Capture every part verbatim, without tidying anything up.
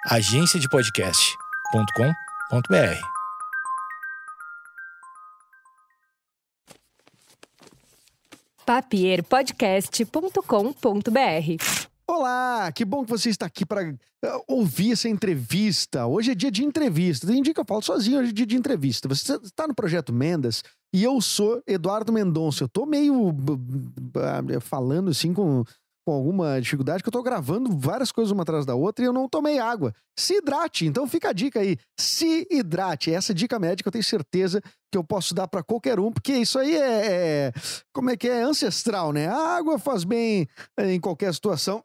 agência de podcast ponto com ponto br. papier podcast ponto com ponto br. Olá, que bom que você está aqui para uh, ouvir essa entrevista. Hoje é dia de entrevista. Tem dia que eu falo sozinho, hoje é dia de entrevista. Você está no Projeto Mendas e eu sou Eduardo Mendonça. Eu tô meio uh, uh, falando assim com, com alguma dificuldade, que eu tô gravando várias coisas uma atrás da outra e eu não tomei água. Se hidrate, então fica a dica aí. Se hidrate. Essa dica médica eu tenho certeza que eu posso dar para qualquer um, porque isso aí é, é... Como é que é? Ancestral, né? A água faz bem em qualquer situação.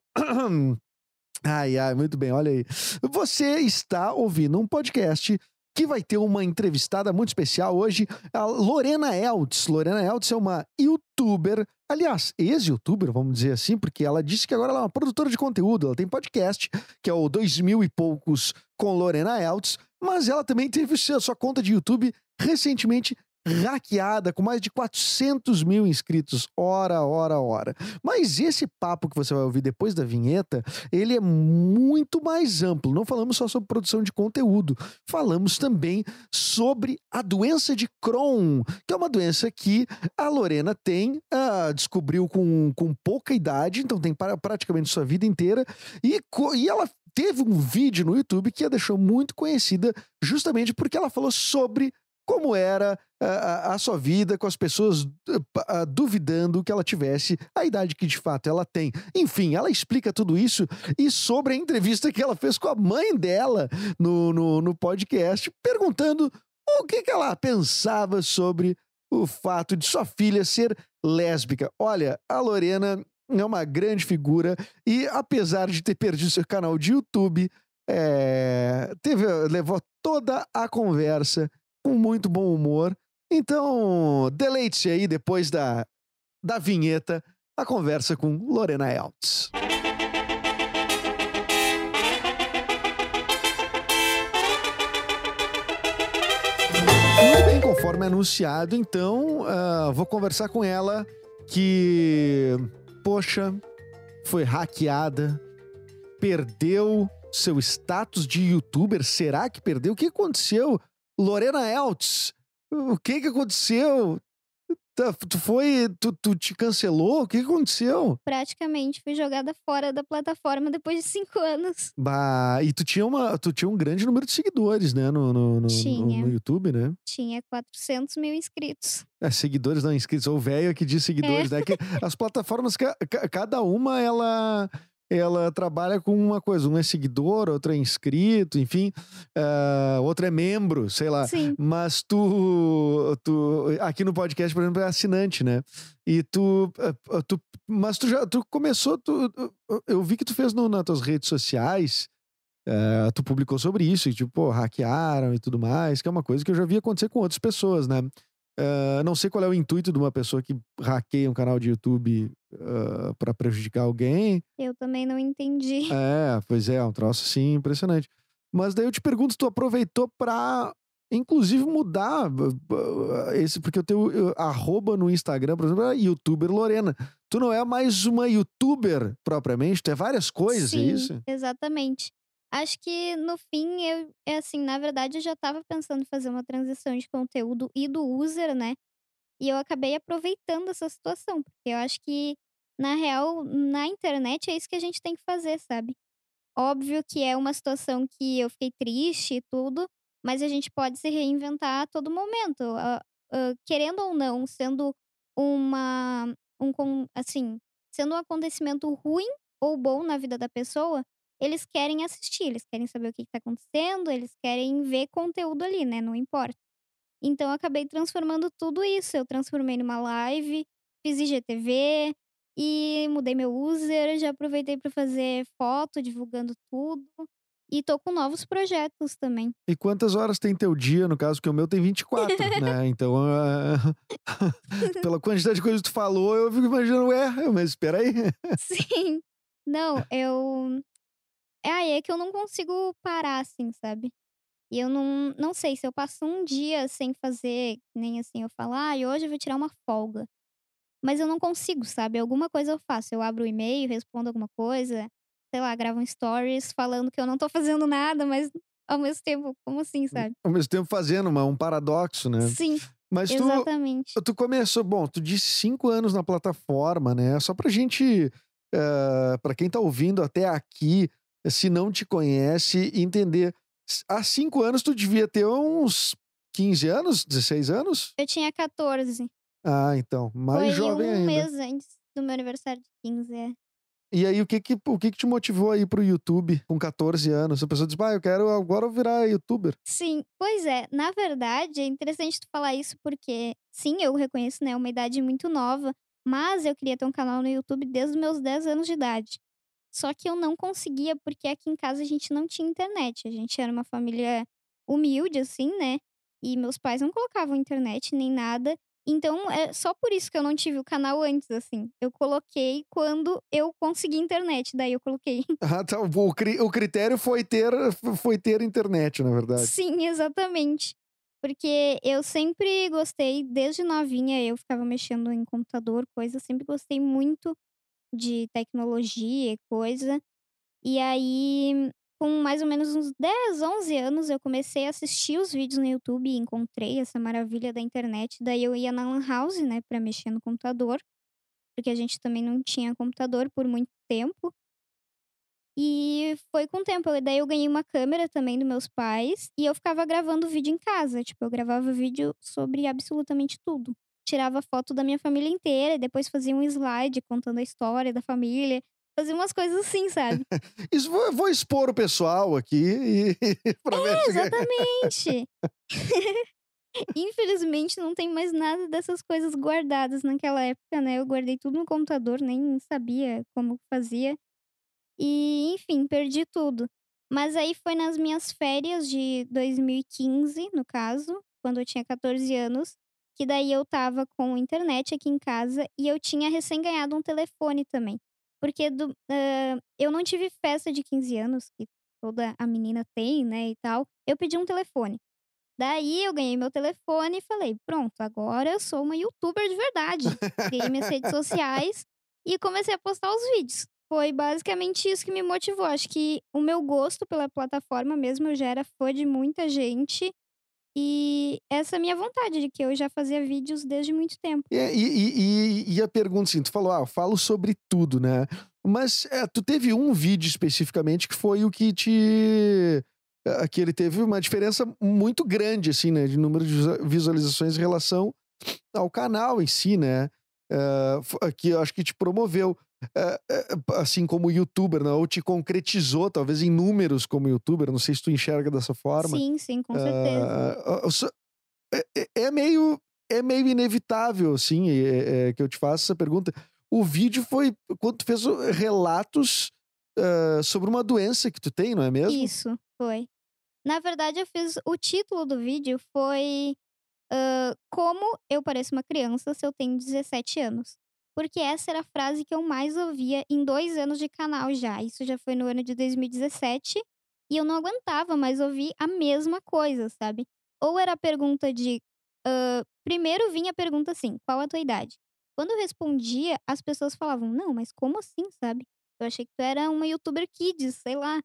Ai, ai, muito bem, olha aí. Você está ouvindo um podcast que vai ter uma entrevistada muito especial hoje, a Lorena Eltz. Lorena Eltz é uma youtuber, aliás, ex-youtuber, vamos dizer assim, porque ela disse que agora ela é uma produtora de conteúdo, ela tem podcast, que é o Dois Mil e Poucos com Lorena Eltz, mas ela também teve a sua conta de YouTube recentemente hackeada, com mais de quatrocentos mil inscritos, ora, ora, ora. Mas esse papo que você vai ouvir depois da vinheta, ele é muito mais amplo. Não falamos só sobre produção de conteúdo, falamos também sobre a doença de Crohn, que é uma doença que a Lorena tem, uh, descobriu com, com pouca idade, então tem para, praticamente sua vida inteira, e, e ela teve um vídeo no YouTube que a deixou muito conhecida justamente porque ela falou sobre como era a, a sua vida com as pessoas uh, uh, duvidando que ela tivesse a idade que de fato ela tem. Enfim, ela explica tudo isso e sobre a entrevista que ela fez com a mãe dela no, no, no podcast, perguntando o que, que ela pensava sobre o fato de sua filha ser lésbica. Olha, a Lorena é uma grande figura e apesar de ter perdido seu canal de YouTube, é, teve, levou toda a conversa com muito bom humor. Então, deleite-se aí depois da, da vinheta, a conversa com Lorena Eltz. Muito bem, conforme anunciado, então, uh, vou conversar com ela que, poxa, foi hackeada, perdeu seu status de youtuber. Será que perdeu? O que aconteceu? Lorena Eltz, o que que aconteceu? Tu foi, tu, tu te cancelou? O que que aconteceu? Praticamente fui jogada fora da plataforma depois de cinco anos. Bah, e tu tinha, uma, tu tinha um grande número de seguidores, né, no, no, no, Tinha. no, no YouTube, né? Tinha quatrocentos mil inscritos. É, seguidores não inscritos, ou velho que diz seguidores, é. Né? Que as plataformas, cada uma, ela... ela trabalha com uma coisa, um é seguidor, outro é inscrito, enfim, uh, outro é membro, sei lá. Sim. Mas tu, tu, aqui no podcast, por exemplo, é assinante, né? E tu, uh, tu mas tu já, tu começou, tu, eu vi que tu fez no, nas tuas redes sociais, uh, tu publicou sobre isso, e tipo, pô, hackearam e tudo mais, que é uma coisa que eu já vi acontecer com outras pessoas, né? Uh, não sei qual é o intuito de uma pessoa que hackeia um canal de YouTube uh, para prejudicar alguém. Eu também não entendi. É, pois é, um troço assim impressionante. Mas daí eu te pergunto se tu aproveitou pra, inclusive, mudar uh, esse, porque o teu uh, arroba no Instagram, por exemplo, é youtuber Lorena. Tu não é mais uma youtuber propriamente, tu é várias coisas, Sim, é isso? Exatamente. Acho que no fim, eu, é assim, na verdade eu já tava pensando em fazer uma transição de conteúdo e do user, né? E eu acabei aproveitando essa situação, porque eu acho que, na real, na internet é isso que a gente tem que fazer, sabe? Óbvio que é uma situação que eu fiquei triste e tudo, mas a gente pode se reinventar a todo momento. Ah, ah, querendo ou não, sendo uma, um, con- assim, sendo um acontecimento ruim ou bom na vida da pessoa, eles querem assistir, eles querem saber o que está acontecendo, eles querem ver conteúdo ali, né? Não importa. Então eu acabei transformando tudo isso. Eu transformei numa live, fiz I G T V e mudei meu user, já aproveitei para fazer foto divulgando tudo e tô com novos projetos também. E quantas horas tem teu dia, no caso, que o meu tem vinte e quatro, né? Então, uh, pela quantidade de coisas que tu falou, eu fico imaginando, ué, mas espera aí. Sim. Não, eu é aí é que eu não consigo parar assim, sabe? E eu não não sei, se eu passo um dia sem fazer, que nem assim, eu falo: "Ai, hoje eu vou tirar uma folga". Mas eu não consigo, sabe? Alguma coisa eu faço. Eu abro o e-mail, respondo alguma coisa, sei lá, gravam stories falando que eu não tô fazendo nada, mas ao mesmo tempo, como assim, sabe? Ao mesmo tempo fazendo uma, um paradoxo, né? Sim, Mas tu, exatamente. tu começou, bom, tu disse cinco anos na plataforma, né? Só pra gente, uh, pra quem tá ouvindo até aqui, se não te conhece, entender. Há cinco anos tu devia ter uns quinze anos, dezesseis anos? Eu tinha catorze. Ah, então, mais Foi jovem um ainda. mês antes do meu aniversário de quinze, é. E aí, o que que, o que que te motivou a ir pro YouTube com catorze anos? A pessoa diz, ah, eu quero agora virar youtuber. Sim, pois é. Na verdade, é interessante tu falar isso porque, sim, eu reconheço, né, uma idade muito nova, mas eu queria ter um canal no YouTube desde os meus dez anos de idade. Só que eu não conseguia porque aqui em casa a gente não tinha internet. A gente era uma família humilde, assim, né? E meus pais não colocavam internet nem nada. Então, é só por isso que eu não tive o canal antes, assim. Eu coloquei quando eu consegui internet, daí eu coloquei. Ah, tá. O, cri- o critério foi ter, foi ter internet, na verdade. Sim, exatamente. Porque eu sempre gostei, desde novinha, eu ficava mexendo em computador, coisa, sempre gostei muito de tecnologia e coisa. E aí, com mais ou menos uns dez, onze anos, eu comecei a assistir os vídeos no YouTube e encontrei essa maravilha da internet. Daí eu ia na Lan House, né, pra mexer no computador, porque a gente também não tinha computador por muito tempo. E foi com o tempo. eu- Daí eu ganhei uma câmera também dos meus pais e eu ficava gravando vídeo em casa. Tipo, eu gravava vídeo sobre absolutamente tudo. Tirava foto da minha família inteira e depois fazia um slide contando a história da família. Fazia umas coisas assim, sabe? Isso vou, vou expor o pessoal aqui e, pra ver se... Exatamente. Infelizmente não tem mais nada dessas coisas guardadas naquela época, né? Eu guardei tudo no computador, nem sabia como fazia. E, enfim, perdi tudo. Mas aí foi nas minhas férias de dois mil e quinze, no caso, quando eu tinha catorze anos, que daí eu tava com internet aqui em casa e eu tinha recém ganhado um telefone também. Porque do, hã, eu não tive festa de quinze anos, que toda a menina tem, né, e tal. Eu pedi um telefone. Daí eu ganhei meu telefone e falei: "Pronto, agora eu sou uma youtuber de verdade". Criei minhas redes sociais e comecei a postar os vídeos. Foi basicamente isso que me motivou. Acho que o meu gosto pela plataforma mesmo, eu já era fã de muita gente, e essa minha vontade de que eu já fazia vídeos desde muito tempo. E, e- e- e a pergunta, assim, tu falou, ah, eu falo sobre tudo, né? Mas é, tu teve um vídeo especificamente que foi o que te... é, que ele teve uma diferença muito grande, assim, né? De número de visa- visualizações em relação ao canal em si, né? É, fo- que eu acho que te promoveu, é, é, assim como youtuber, né? Ou te concretizou, talvez, em números como youtuber. Não sei se tu enxerga dessa forma. Sim, sim, com certeza. Ah, ah, só- é, é- é meio, é meio inevitável, assim, é- é que eu te faço essa pergunta. O vídeo foi quando tu fez o- relatos ah, sobre uma doença que tu tem, não é mesmo? Isso, foi. Na verdade, eu fiz o título do vídeo foi Hã, como eu pareço uma criança se eu tenho dezessete anos. Porque essa era a frase que eu mais ouvia em dois anos de canal já, isso já foi no ano de dois mil e dezessete, e eu não aguentava mais ouvir a mesma coisa, sabe. Ou era a pergunta de hã, primeiro vinha a pergunta assim: "Qual a tua idade?". Quando eu respondia, as pessoas falavam: "Não, mas como assim?", sabe. "Eu achei que tu era uma youtuber kids", sei lá.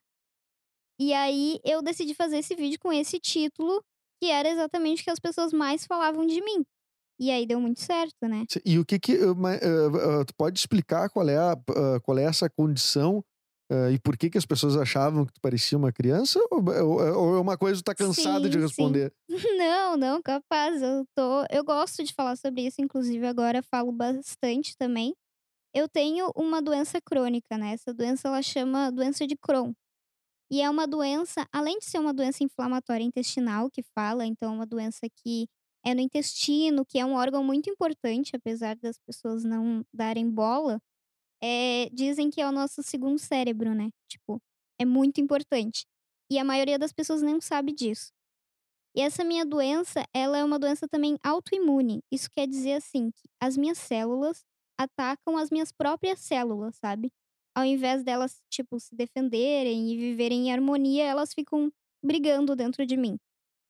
E aí eu decidi fazer esse vídeo com esse título, que era exatamente o que as pessoas mais falavam de mim. E aí deu muito certo, né. Se- E o que que... ah, ma- ah, ah, tu pode explicar qual é, a, ah, qual é essa condição ah, e por que que as pessoas achavam que tu parecia uma criança? Ou, ou- ou é uma coisa que tu tá cansado de Sim, sim. responder? Não, não, capaz, eu tô eu gosto de falar sobre isso, inclusive agora falo bastante também. Eu tenho uma doença crônica, né, essa doença ela chama doença de Crohn. E é uma doença, além de ser uma doença inflamatória intestinal que fala, então é uma doença que é no intestino, que é um órgão muito importante, apesar das pessoas não darem bola, eh, dizem que é o nosso segundo cérebro, né, tipo, é muito importante. E a maioria das pessoas não sabe disso. E essa minha doença, ela é uma doença também autoimune. Isso quer dizer, assim, que as minhas células atacam as minhas próprias células, sabe? Ao invés delas, tipo, se defenderem e viverem em harmonia, elas ficam brigando dentro de mim.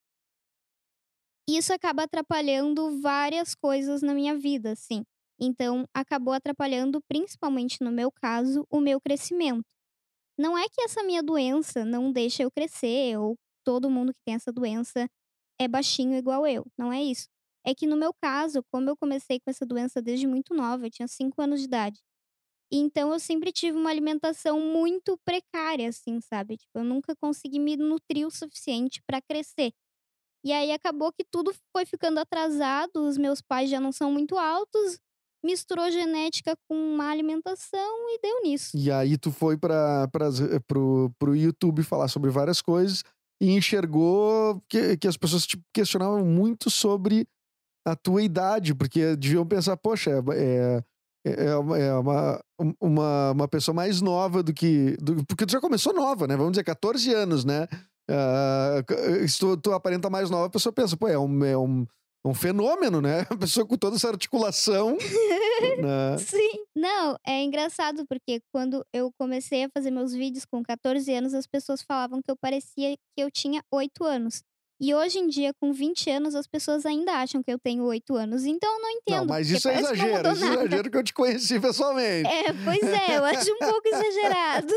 E isso acaba atrapalhando várias coisas na minha vida, assim. Então, acabou atrapalhando, principalmente no meu caso, o meu crescimento. não é que essa minha doença não deixa eu crescer, ou todo mundo que tem essa doença é baixinho igual eu, não é isso. É que no meu caso, como eu comecei com essa doença desde muito nova, eu tinha cinco anos de idade. Então eu sempre tive uma alimentação muito precária, assim, sabe? Tipo, eu nunca consegui me nutrir o suficiente pra crescer. E aí acabou que tudo foi ficando atrasado, os meus pais já não são muito altos, misturou genética com má alimentação e deu nisso. E aí tu foi para pro, pro YouTube falar sobre várias coisas e enxergou que, que as pessoas te questionavam muito sobre a tua idade, porque deviam pensar, poxa, é, é, é uma, é uma, uma, uma pessoa mais nova do que... Do, porque tu já começou nova, né? Vamos dizer, catorze anos, né? Uh, se tu, tu aparenta mais nova, a pessoa pensa, pô, é um, é um, um fenômeno, né? A pessoa com toda essa articulação, né? Sim. Não, é engraçado porque quando eu comecei a fazer meus vídeos com catorze anos, as pessoas falavam que eu parecia que eu tinha oito anos. E hoje em dia, com vinte anos, as pessoas ainda acham que eu tenho oito anos. Então eu não entendo. Não, mas porque isso é parece que não exagero, mudou isso é nada. exagero que eu te conheci pessoalmente. É, pois é, eu acho um pouco exagerado.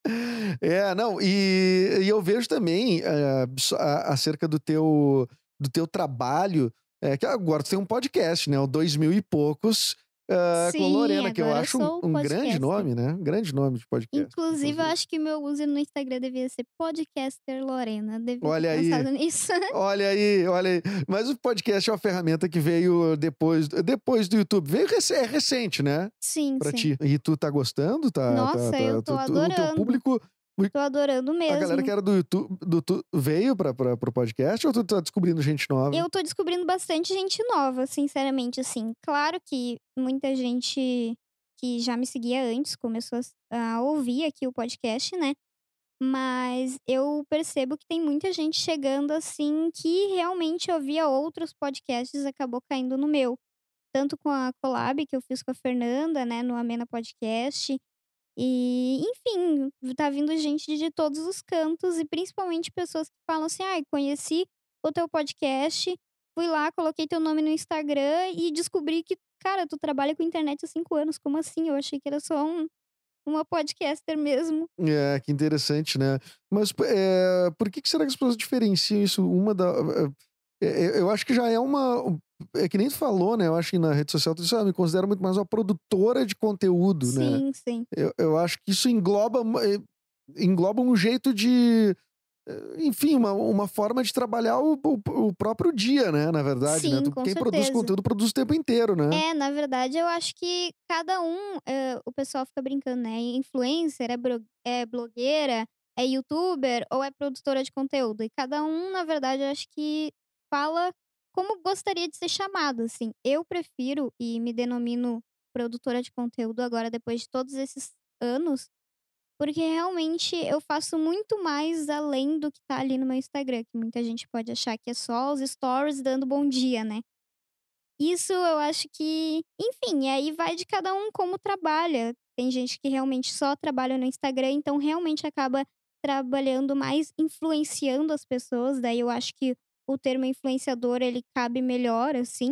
É, não, e, e eu vejo também é, so- a- acerca do teu, do teu trabalho, é, que agora tu tem um podcast, né? O Dois Mil e Poucos, é, com Sim, Lorena, que eu agora eu acho sou um, um grande podcaster. nome, né? Um grande nome de podcast. Inclusive, eu acho que meu user no Instagram devia ser Podcaster Lorena. Devia Olha ter aí. pensado nisso. Olha aí, olha aí. Mas o podcast é uma ferramenta que veio depois, depois do YouTube. Veio rec- é recente, né? Sim, Pra sim. ti. E tu tá gostando? Tá, Nossa, tá, tá, eu tô tu- tu- O teu adorando. público, Tô adorando a galera mesmo. que era do YouTube, do, tu- veio pra, pra, pro podcast ou tu tá descobrindo gente nova? Eu tô descobrindo bastante gente nova, sinceramente, assim. Claro que muita gente que já me seguia antes começou a s- a ouvir aqui o podcast, né? Mas eu percebo que tem muita gente chegando assim que realmente ouvia outros podcasts e acabou caindo no meu. Tanto com a collab que eu fiz com a Fernanda, né, no Amena Podcast. E, enfim, tá vindo gente de todos os cantos e principalmente pessoas que falam assim: ai, conheci o teu podcast, fui lá, coloquei teu nome no Instagram e descobri que, cara, tu trabalha com internet há cinco anos. Como assim? Eu achei que era só um, uma podcaster mesmo. É, que interessante, né? Mas é, por que, que será que as pessoas diferenciam isso uma da. é, é, eu acho que já é uma. É que nem tu falou, né? Eu acho que na rede social tu disse, ah, me considero muito mais uma produtora de conteúdo, né? Sim, sim. Eu, eu acho que isso engloba, eh, engloba um jeito de. eh, Enfim, uma, uma forma de trabalhar o, o, o próprio dia, né? Na verdade, né? Sim, Tu- com Quem produz certeza. conteúdo produz o tempo inteiro, né? É, na verdade, eu acho que cada um, eh, o pessoal fica brincando, né? Influencer, é, bro- é blogueira, é youtuber ou é produtora de conteúdo. E cada um, na verdade, eu acho que fala como gostaria de ser chamado, assim. Eu prefiro e me denomino produtora de conteúdo agora, depois de todos esses anos, porque realmente eu faço muito mais além do que tá ali no meu Instagram, que muita gente pode achar que é só os stories dando bom dia, né? Isso eu acho que, enfim, aí vai de cada um como trabalha. Tem gente que realmente só trabalha no Instagram, então realmente acaba trabalhando mais influenciando as pessoas. Daí eu acho que o termo influenciador ele cabe melhor, assim.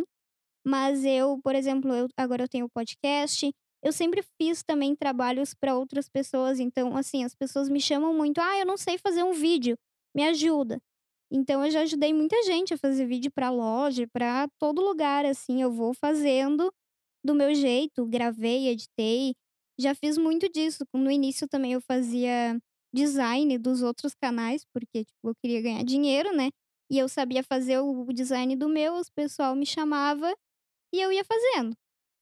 Mas eu, por exemplo, eu, agora eu tenho podcast. Eu sempre fiz também trabalhos para outras pessoas. Então, assim, as pessoas me chamam muito. Ah, eu não sei fazer um vídeo, me ajuda. Então eu já ajudei muita gente a fazer vídeo pra loja, pra todo lugar, assim, eu vou fazendo do meu jeito, gravei, editei, já fiz muito disso. No início também eu fazia design dos outros canais, porque, tipo, eu queria ganhar dinheiro, né, e eu sabia fazer o design do meu, o pessoal me chamava e eu ia fazendo.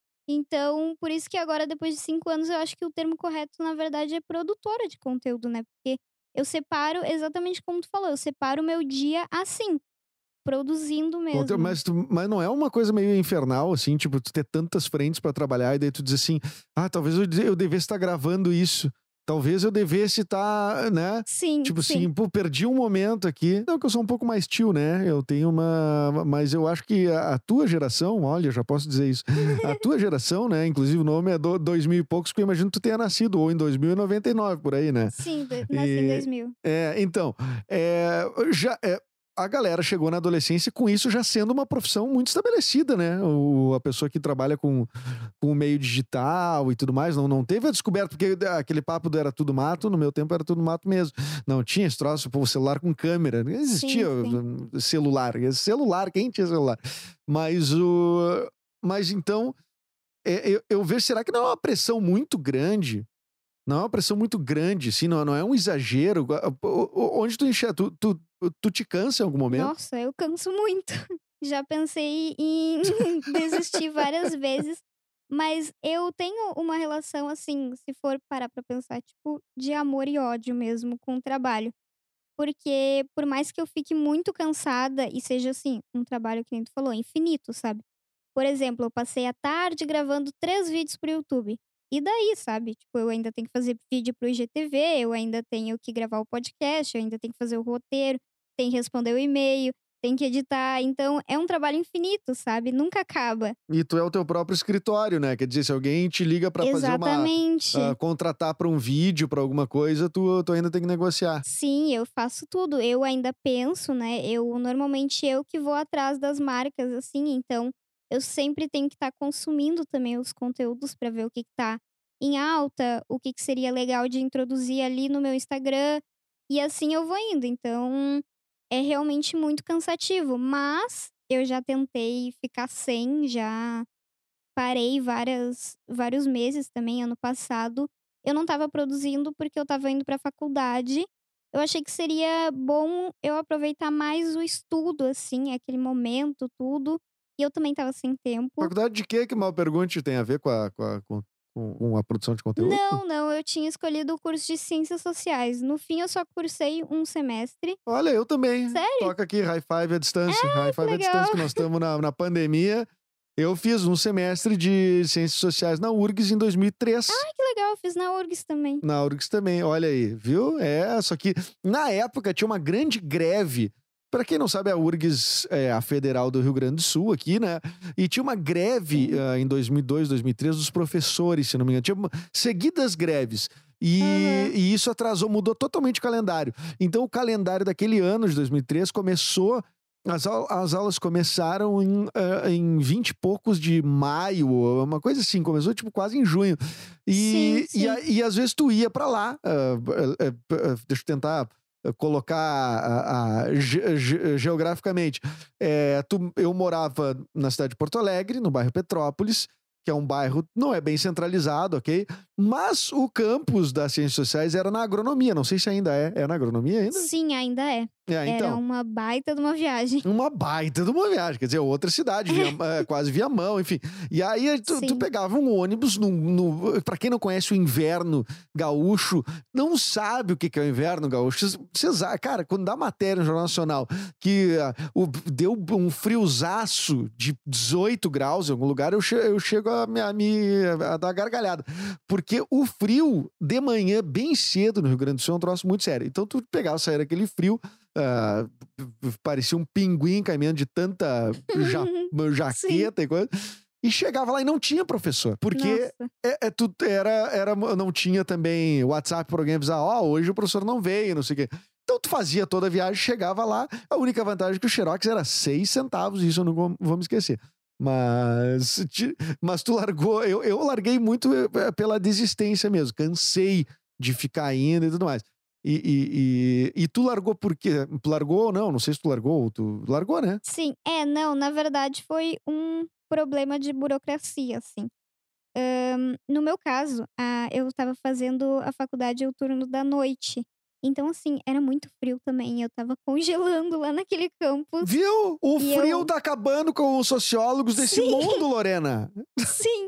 Então, por isso que agora, depois de cinco anos, eu acho que o termo correto, na verdade, é produtora de conteúdo, né, porque eu separo exatamente como tu falou, eu separo o meu dia assim, produzindo Conte- mesmo. Mas, tu- mas não é uma coisa meio infernal, assim, tipo, tu ter tantas frentes pra trabalhar e daí tu diz assim, ah, talvez eu, de- eu devesse estar gravando isso. Talvez eu devesse estar, né? Sim, Tipo sim. assim, pô, perdi um momento aqui. Não, que eu sou um pouco mais tio, né? Eu tenho uma. Mas eu acho que a, a tua geração, olha, já posso dizer isso. A tua geração, né? Inclusive o nome é do, dois mil e poucos, porque eu imagino que tu tenha nascido, ou em dois mil e noventa e nove, por aí, né? Sim, do- nasci em E, dois mil. é, então, é, já, é, a galera chegou na adolescência com isso já sendo uma profissão muito estabelecida, né? O, a pessoa que trabalha com, com o meio digital e tudo mais, não, não teve a descoberta, porque aquele papo do era tudo mato, no meu tempo era tudo mato mesmo. Não tinha esse troço, pô, celular com câmera, não existia Sim, sim. celular. Celular, quem tinha celular? Mas o... Mas então, é, eu, eu vejo, será que não é uma pressão muito grande? Não é uma pressão muito grande, assim, não, não é um exagero. O- o- Onde tu enxerga? Tu, tu, tu te cansa em algum momento? Nossa, eu canso muito. Já pensei em desistir várias vezes, mas eu tenho uma relação, assim, se for parar pra pensar, tipo, de amor e ódio mesmo com o trabalho. Porque por mais que eu fique muito cansada e seja, assim, um trabalho que nem tu falou, infinito, sabe? Por exemplo, eu passei a tarde gravando três vídeos pro YouTube. E daí, sabe? Tipo, eu ainda tenho que fazer vídeo pro I G T V, eu ainda tenho que gravar o podcast, eu ainda tenho que fazer o roteiro, tenho que responder o e-mail, tenho que editar. Então, é um trabalho infinito, sabe? Nunca acaba. E tu é o teu próprio escritório, né? Quer dizer, se alguém te liga pra fazer uma... ah, Exatamente. contratar pra um vídeo, pra alguma coisa, tu, tu ainda tem que negociar. Sim, eu faço tudo. Eu ainda penso, né? Eu normalmente eu que vou atrás das marcas, assim, então eu sempre tenho que estar consumindo também os conteúdos para ver o que, que tá em alta, o que, que seria legal de introduzir ali no meu Instagram. E assim eu vou indo. Então é realmente muito cansativo. Mas eu já tentei ficar sem, já parei várias vários meses também, ano passado. Eu não estava produzindo, porque eu estava indo pra faculdade. Eu achei que seria bom eu aproveitar mais o estudo, assim, aquele momento, tudo. E eu também estava sem tempo. Faculdade de quê que mal pergunte tem a ver com a, com a, com, com- com a produção de conteúdo? Não, não, eu tinha escolhido o curso de Ciências Sociais. No fim, eu só cursei um semestre. Olha, eu também. Sério? Toca aqui, high five à distância. High Que five à distância, legal! que nós estamos na, na pandemia. Eu fiz um semestre de Ciências Sociais na U R G S em dois mil e três. Que legal, eu fiz na U R G S também. Na U R G S também, olha aí, viu? É, só que na época tinha uma grande greve. Pra quem não sabe, a U R G S é a Federal do Rio Grande do Sul aqui, né? E tinha uma greve Sim. ah, em dois mil e dois, dois mil e três dos professores, se não me engano. Tinha uma- seguidas greves. E, Aham. e isso atrasou, mudou totalmente o calendário. Então o calendário daquele ano, de dois mil e três, começou... As, au- as aulas começaram em, ah, em vinte e poucos de maio, uma coisa assim, começou tipo quase em junho. Sim, E, e, sim. a- e às vezes tu ia pra lá, ah, ah, ah, ah, deixa eu tentar ah, colocar a- a- ge- ge- geograficamente. É, tu- eu morava na cidade de Porto Alegre, no bairro Petrópolis, que é um bairro, não é bem centralizado, ok? Mas o campus das Ciências Sociais era na agronomia, não sei se ainda é. É na agronomia ainda? Sim, ainda é. É, Era então. uma baita de uma viagem. Uma baita de uma viagem, quer dizer, outra cidade, via, é, quase via mão, enfim. E aí tu, tu Sim. pegava um ônibus, no, no, pra quem não conhece o inverno gaúcho, não sabe o que que é o inverno gaúcho. Vocês, cara, quando dá matéria no Jornal Nacional que ah, o, deu um friozaço de dezoito graus em algum lugar, eu, che, eu chego a me, a me a dar gargalhada. Porque o frio de manhã, bem cedo no Rio Grande do Sul, é um troço muito sério. Então tu pegava, sair daquele frio, ah, parecia um pinguim caminhando de tanta ja- Sim. jaqueta e coisa. E chegava lá e não tinha professor. Porque Nossa. é, é, tu, era, era, não tinha também WhatsApp para alguém avisar, ó, hoje o professor não veio, não sei o quê. Então tu fazia toda a viagem, chegava lá, a única vantagem é que o Xerox era seis centavos, isso eu não vou, vou me esquecer. Mas, ti- mas tu largou, eu, eu larguei muito eh, pela desistência mesmo, cansei de ficar indo e tudo mais. E, e, e, e tu largou por quê? Tu largou ou não? Não sei se tu largou ou tu largou, né? Sim. É, não, na verdade foi um problema de burocracia, assim. Hã, no meu caso, ah, eu estava fazendo a faculdade ao turno da noite. Então, assim, era muito frio também, eu estava congelando lá naquele campus Viu? O e frio eu tá acabando com os sociólogos desse Sim. mundo, Lorena. Sim.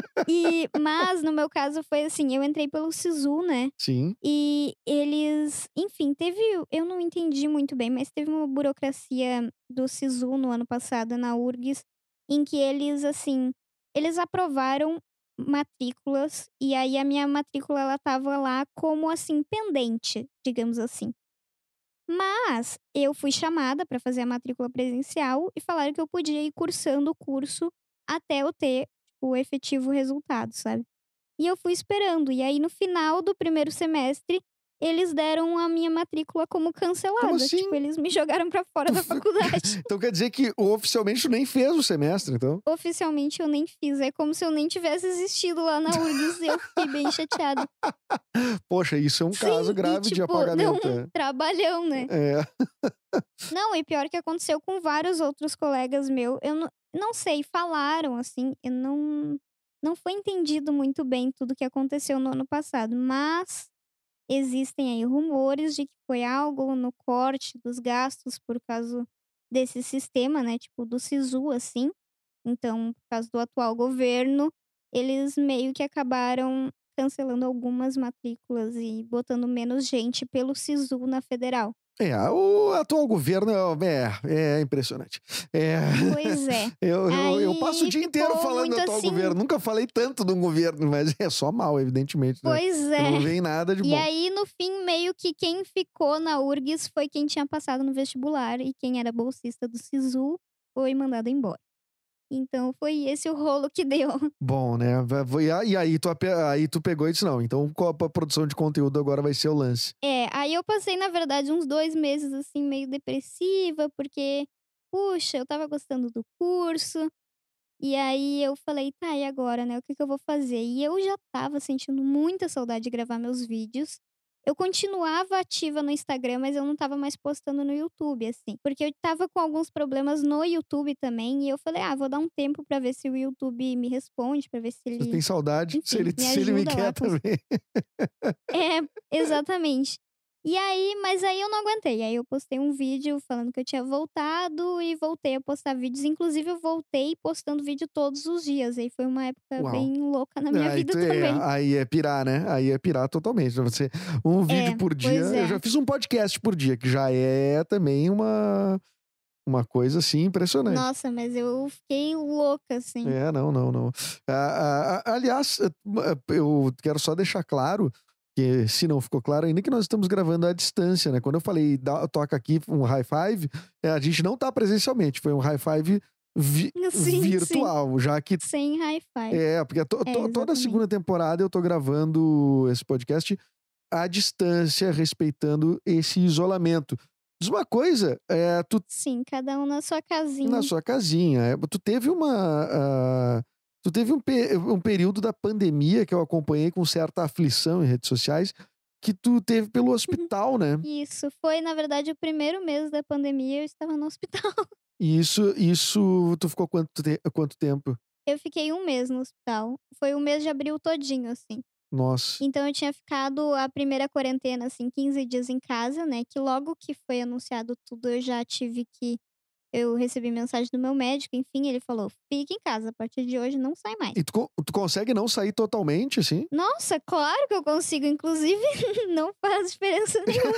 E mas no meu caso foi assim, eu entrei pelo Sisu, né, Sim. e eles enfim, teve eu não entendi muito bem, mas teve uma burocracia do Sisu no ano passado na U R G S, em que eles, assim, eles aprovaram matrículas, e aí a minha matrícula ela estava lá como, assim, pendente, digamos assim. Mas eu fui chamada para fazer a matrícula presencial e falaram que eu podia ir cursando o curso até eu ter o efetivo resultado, sabe. E eu fui esperando, e aí no final do primeiro semestre, eles deram a minha matrícula como cancelada. Como assim? Tipo, eles me jogaram pra fora Tu da fe- faculdade. Então quer dizer que oficialmente tu nem fez o semestre, então? Oficialmente eu nem fiz. É como se eu nem tivesse existido lá na URGS e eu fiquei bem chateada. Poxa, isso é um Sim, caso e grave de tipo, deu apagamento. um trabalhão, né? É. Não, e pior que aconteceu com vários outros colegas meus. Eu não, não sei, falaram assim, eu não, não foi entendido muito bem tudo que aconteceu no ano passado, mas existem aí rumores de que foi algo no corte dos gastos por causa desse sistema, né? Tipo, do SISU, assim. Então, por causa do atual governo, eles meio que acabaram cancelando algumas matrículas e botando menos gente pelo SISU na federal. É, o atual governo é, é, é impressionante. É, Pois é. eu, eu, eu passo o Aí dia inteiro ficou falando do muito atual assim. governo. Nunca falei tanto de um governo, mas é só mal, evidentemente. Né? Pois Não é. vem nada de E bom. aí, no fim, meio que quem ficou na URGS foi quem tinha passado no vestibular e quem era bolsista do SISU foi mandado embora. Então, foi esse o rolo que deu. Bom, né? Vai- vai- E aí tu, ape- aí tu pegou e disse, não, então qual a produção de conteúdo agora vai ser o lance? É, aí eu passei, na verdade, uns dois meses, assim, meio depressiva, porque, puxa, eu tava gostando do curso. E aí eu falei, tá, e agora, né? O que que eu vou fazer? E eu já tava sentindo muita saudade de gravar meus vídeos. Eu continuava ativa no Instagram, mas eu não tava mais postando no YouTube, assim. Porque eu tava com alguns problemas no YouTube também. E eu falei, ah, vou dar um tempo pra ver se o YouTube me responde, pra ver se Você tem ele, saudade? Se enfim, ele, me se ele me ajuda quer lá com os também. é, exatamente. E aí, mas aí eu não aguentei. Aí eu postei um vídeo falando que eu tinha voltado e voltei a postar vídeos. Inclusive, eu voltei postando vídeo todos os dias. Aí foi uma época Uau. bem louca na minha Aí, vida tu é, também. aí é pirar, né? Aí é pirar totalmente. Você, um vídeo É, por dia. pois Eu já é. fiz um podcast por dia, que já é também uma, uma coisa assim impressionante. Nossa, mas eu fiquei louca, assim. É, não, não, não. Ah, ah, aliás, eh, eu quero só deixar claro que, se não ficou claro ainda, que nós estamos gravando à distância, né? Quando eu falei, dá, toca aqui um high five, é, a gente não tá presencialmente, foi um high five vi- Sim, virtual, já que sim. Sem hi-fi. é, porque to- É, to- toda a exatamente. segunda temporada eu tô gravando esse podcast à distância, respeitando esse isolamento. Diz uma coisa, é, tu Sim, cada um na sua na casinha. sua casinha, é, tu teve uma, ah, tu teve um, pe- um período da pandemia que eu acompanhei com certa aflição em redes sociais, que tu teve pelo hospital, né? Isso, foi, na verdade, o primeiro mês da pandemia, eu estava no hospital. E isso, isso, tu ficou quanto, te- quanto tempo? Eu fiquei um mês no hospital. Foi o mês de abril todinho, assim. Nossa. Então eu tinha ficado a primeira quarentena, assim, quinze dias em casa, né? Que logo que foi anunciado tudo, eu já tive que. Eu recebi mensagem do meu médico, enfim, ele falou: fique em casa, a partir de hoje não sai mais. E tu, co- tu consegue não sair totalmente, assim? Nossa, claro que eu consigo, inclusive, não faz diferença nenhuma.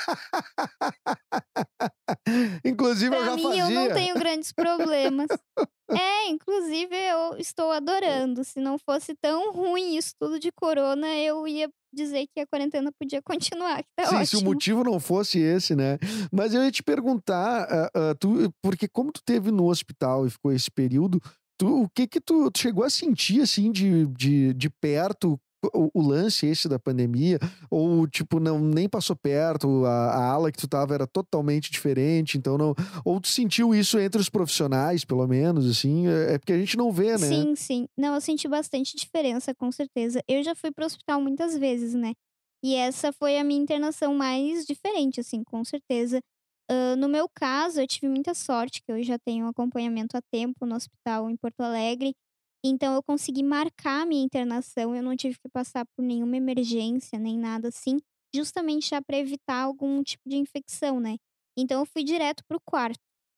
Inclusive, eu Pra já mim, fazia. eu não tenho grandes problemas. É, inclusive, eu estou adorando. Se não fosse tão ruim isso tudo de corona, eu ia dizer que a quarentena podia continuar, que tá Sim, se o ótimo. motivo não fosse esse, né? Mas eu ia te perguntar, ah, ah, tu, porque como tu teve no hospital e ficou esse período, tu, o que que tu, tu chegou a sentir, assim, de, de, de perto, o, o lance esse da pandemia? Ou, tipo, não, nem passou perto, a, a ala que tu tava era totalmente diferente, então não... Ou tu sentiu isso entre os profissionais, pelo menos, assim? É é porque a gente não vê, né? Sim, sim. Não, eu senti bastante diferença, com certeza. Eu já fui pro hospital muitas vezes, né? E essa foi a minha internação mais diferente, assim, com certeza. Hã, no meu caso, eu tive muita sorte, que eu já tenho acompanhamento há tempo no hospital em Porto Alegre. Então eu consegui marcar a minha internação, eu não tive que passar por nenhuma emergência, nem nada assim, justamente já pra evitar algum tipo de infecção, né? Então eu fui direto pro quarto.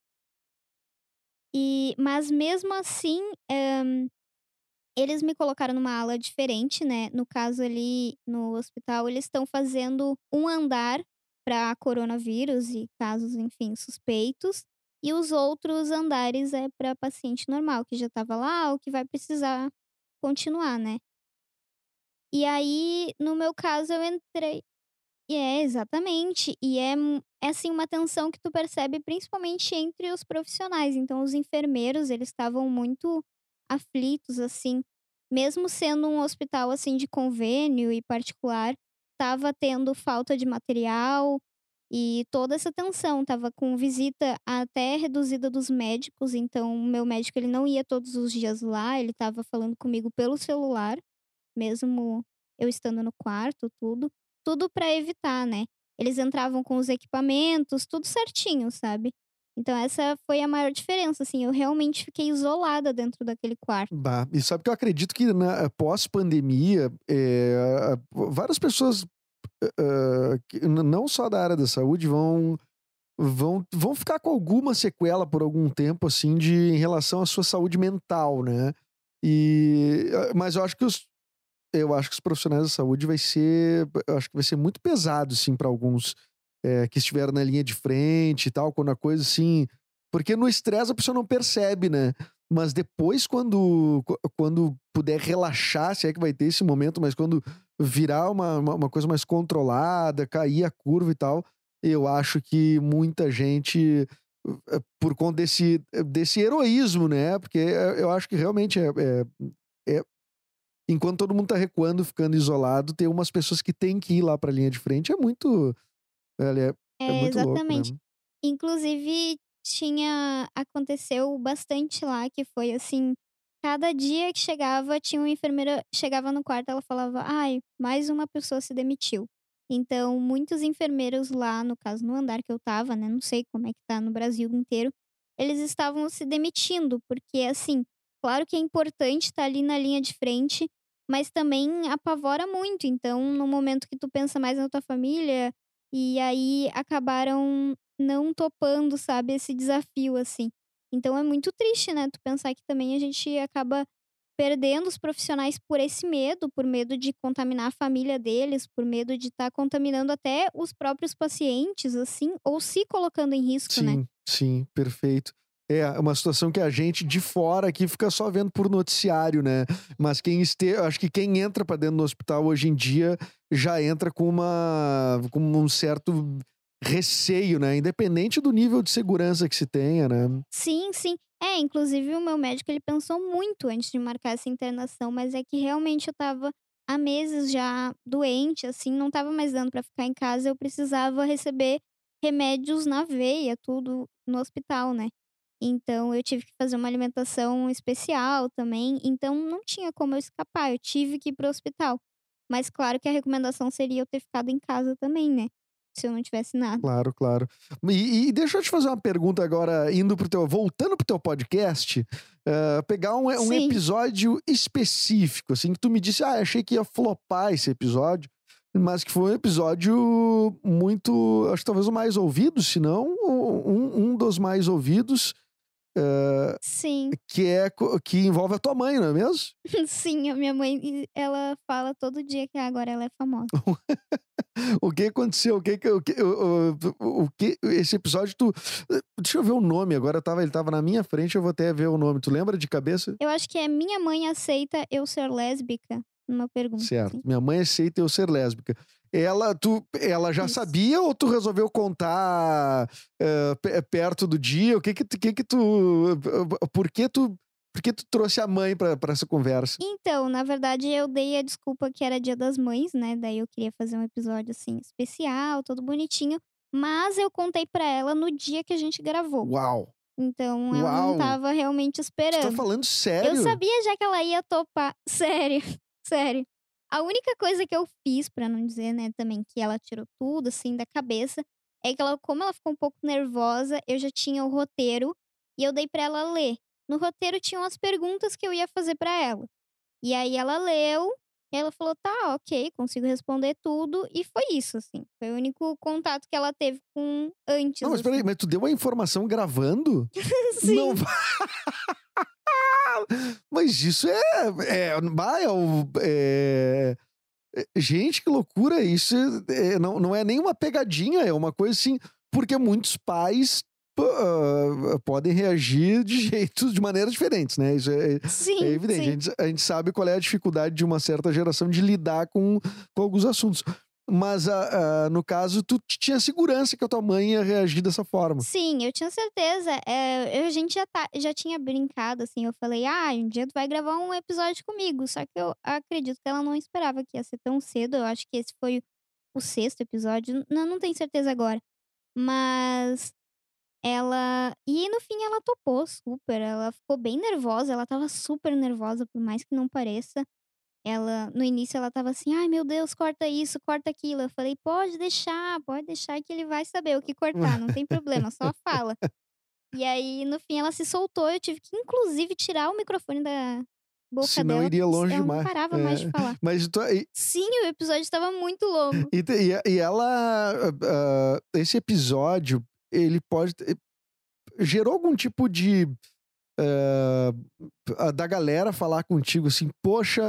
E mas mesmo assim, hã, eles me colocaram numa ala diferente, né, no caso ali no hospital, eles estão fazendo um andar para coronavírus e casos, enfim, suspeitos, e os outros andares é para paciente normal, que já estava lá ou que vai precisar continuar, né. E aí, no meu caso, eu entrei é, exatamente. E é, mu- é assim, uma tensão que tu percebe principalmente entre os profissionais. Então, os enfermeiros, eles estavam muito aflitos, assim, mesmo sendo um hospital, assim, de convênio e particular. tava tendo falta de material e toda essa tensão. Tava com visita até reduzida dos médicos, então o meu médico ele não ia todos os dias lá, ele tava falando comigo pelo celular, mesmo eu estando no quarto, tudo. Tudo pra evitar, né. Eles entravam com os equipamentos, tudo certinho, sabe. Então essa foi a maior diferença, assim, eu realmente fiquei isolada dentro daquele quarto. Bah, e sabe que eu acredito que na pós-pandemia, eh, várias pessoas, hã, que n não só da área da saúde vão vão vão ficar com alguma sequela por algum tempo, assim, de em relação à sua saúde mental, né. E, hã, mas eu acho que os eu acho que os profissionais da saúde vai ser eu acho que vai ser muito pesado, assim, pra alguns, eh, que estiveram na linha de frente e tal, quando a coisa, assim porque no estresse a pessoa não percebe, né. Mas depois quando quan quando puder relaxar, se é que vai ter esse momento, mas quando virar uma uma uma coisa mais controlada, cair a curva e tal, eu acho que muita gente, eh, por conta desse desse heroísmo, né, porque, eh, eu acho que realmente é é é enquanto todo mundo tá recuando, ficando isolado, tem umas pessoas que têm que ir lá pra linha de frente, é muito olha, é É, muito louco, exatamente. né. Inclusive tinha aconteceu bastante lá que foi, assim, cada dia que chegava tinha uma enfermeira chegava no quarto, ela falava: "Ai, mais uma pessoa se demitiu". Então muitos enfermeiros lá, no caso no andar que eu estava, né, não sei como é que tá no Brasil inteiro, eles estavam se demitindo, porque, assim, claro que é importante estar ali na linha de frente, mas também apavora muito. Então no momento que tu pensa mais na tua família, e aí acabaram não topando, sabe, esse desafio, assim. Então é muito triste, né, tu pensar que também a gente acaba perdendo os profissionais por esse medo, por medo de contaminar a família deles, por medo de estar contaminando até os próprios pacientes, assim, ou se colocando em risco, né. Sim, sim, perfeito. É, uma situação que a gente de fora aqui fica só vendo por noticiário, né, mas quem este acho que quem entra pra dentro do hospital hoje em dia, já entra com uma com um certo receio, né, independente do nível de segurança que se tenha, né. Sim, sim. É, inclusive o meu médico ele pensou muito antes de marcar essa internação, mas é que realmente eu estava há meses já doente, assim, não estava mais dando pra ficar em casa, eu precisava receber remédios na veia, tudo no hospital, né. Então eu tive que fazer uma alimentação especial também, então não tinha como eu escapar, eu tive que ir para o hospital. Mas claro que a recomendação seria eu ter ficado em casa também, né, se eu não tivesse nada. Claro, claro. E e deixa eu te fazer uma pergunta agora, indo para o teu voltando para o teu podcast, hã, pegar um um Sim. episódio específico, assim, que tu me disse: "Ah, achei que ia flopar esse episódio", mas que foi um episódio muito acho que talvez o mais ouvido, se não o um um dos mais ouvidos, hã, Sim. que é co que envolve a tua mãe, não é mesmo? Sim, a minha mãe e ela fala todo dia que agora ela é famosa. O que aconteceu? O que que o que o o o que esse episódio tu deixa eu ver o nome agora, estava ele estava na minha frente, eu vou até ver o nome. Tu lembra de cabeça? Eu acho que é "Minha mãe aceita eu ser lésbica?", uma pergunta Certo. assim. "Minha mãe aceita eu ser lésbica". Ela tu ela já Isso. sabia ou tu resolveu contar, hã, pe perto do dia? O que que tu que que tu por que tu por que tu trouxe a mãe pra pra essa conversa? Então, na verdade eu dei a desculpa que era Dia das Mães, né, daí eu queria fazer um episódio, assim, especial, todo bonitinho, mas eu contei pra ela no dia que a gente gravou. Uau! Então ela não Uau! estava realmente Tu tá esperando. falando Eu sério? sabia já que ela ia topar. Sério, sério. A única coisa que eu fiz, pra não dizer, né, também que ela tirou tudo, assim, da cabeça, é que ela como ela ficou um pouco nervosa, eu já tinha o roteiro, e eu dei pra ela ler. No roteiro tinham as perguntas que eu ia fazer pra ela. E aí ela leu, e ela falou: "Tá, ok, consigo responder tudo", e foi isso, assim. Foi o único contato que ela teve com Não, antes, mas espera aí, assim. mas tu deu a informação gravando? Não Sim. va Mas isso é é bah, é o eh, gente, que loucura, isso é não não é nem uma pegadinha, é uma coisa assim porque muitos pais hã, podem reagir de jeitos de maneiras diferentes, né, isso é é Sim, evidente. A sim. gente a gente sabe qual é a dificuldade de uma certa geração de lidar com com alguns assuntos. Mas a a no caso, tu tinha segurança que a tua mãe ia reagir dessa forma? Sim, eu tinha certeza. Eh, eu a gente já tá já tinha brincado, assim, eu falei: "Ah, um dia tu vai gravar um episódio comigo", só que eu acredito que ela não esperava que ia ser tão cedo, eu acho que esse foi o sexto episódio, não, não tenho certeza agora. Mas ela. E no fim ela topou super. Ela ficou bem nervosa. Ela tava super nervosa, por mais que não pareça. Ela, no início, ela tava assim: ai meu Deus, corta isso, corta aquilo. Eu falei: pode deixar, pode deixar que ele vai saber o que cortar, não tem problema, só fala. E aí, no fim, ela se soltou. Eu tive que, inclusive, tirar o microfone da boca Senão dela. iria longe Ela não demais. parava É. mais de falar. Mas tu, e, Sim, o episódio estava muito longo. e, e- e ela. ah, esse episódio, ele pode. ter- gerou algum tipo de. ah, da galera falar contigo assim, poxa,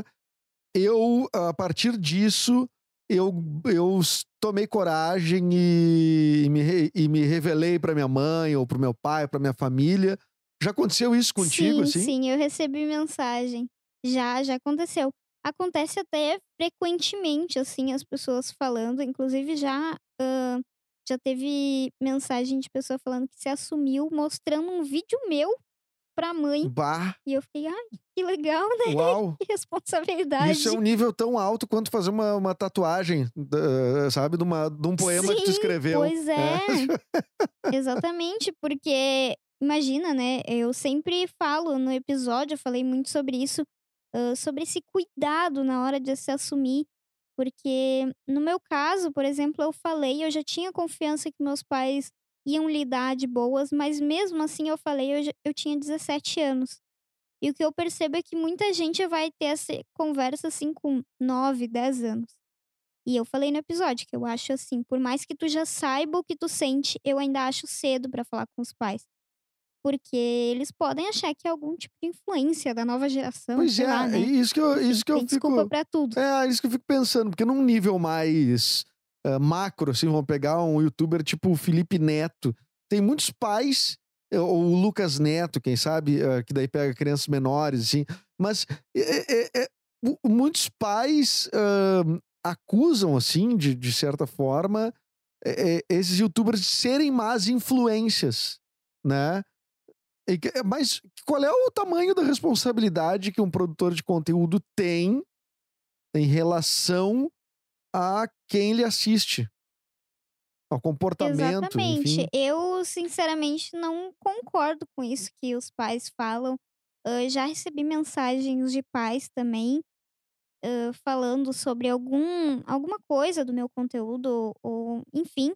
eu, a partir disso, eu, eu s- tomei coragem e, e me, re- e me revelei pra minha mãe, ou pro meu pai, pra minha família. Já aconteceu isso contigo, Sim, assim? sim, eu recebi mensagem. Já, já aconteceu. Acontece até frequentemente, assim, as pessoas falando. Inclusive, já, hã, já teve mensagem de pessoa falando que se assumiu mostrando um vídeo meu pra mãe. Bah, E eu fiquei: "Ai, que legal, né, uau! que responsabilidade". Isso é um nível tão alto quanto fazer uma, uma tatuagem, da- sabe? De, uma, de um poema que tu Sim, escreveu. pois é. Exatamente, porque imagina, né, eu sempre falo no episódio, eu falei muito sobre isso, hã, sobre esse cuidado na hora de se assumir, porque no meu caso, por exemplo, eu falei, eu já tinha confiança que meus pais iam lidar de boas, mas mesmo assim eu falei, eu já eu tinha dezessete anos. E o que eu percebo é que muita gente vai ter essa conversa, assim, com nove, dez anos. E eu falei no episódio que eu acho assim, por mais que tu já saiba o que tu sente, eu ainda acho cedo pra falar com os pais. Porque eles podem achar que é algum tipo de influência da nova geração, Pois sei é, lá, é né. isso que eu, Enfim, isso que eu tem desculpa fico. pra tudo. É, isso que eu fico pensando, porque num nível mais ah, macro, assim, vamos pegar um youtuber tipo o Felipe Neto. Tem muitos pais, eh, ou o Lucas Neto, quem sabe, ah, que daí pega crianças menores, assim, mas é, é, é, mu- muitos pais ah, acusam, assim, de, de certa forma, eh, eh, esses youtubers de serem más influências, né? E que- Mas qual é o tamanho da responsabilidade que um produtor de conteúdo tem em relação a quem lhe assiste, ao comportamento, Exatamente. enfim. Eu, sinceramente, não concordo com isso que os pais falam. Hã, já recebi mensagens de pais também, hã, falando sobre algum alguma coisa do meu conteúdo ou enfim.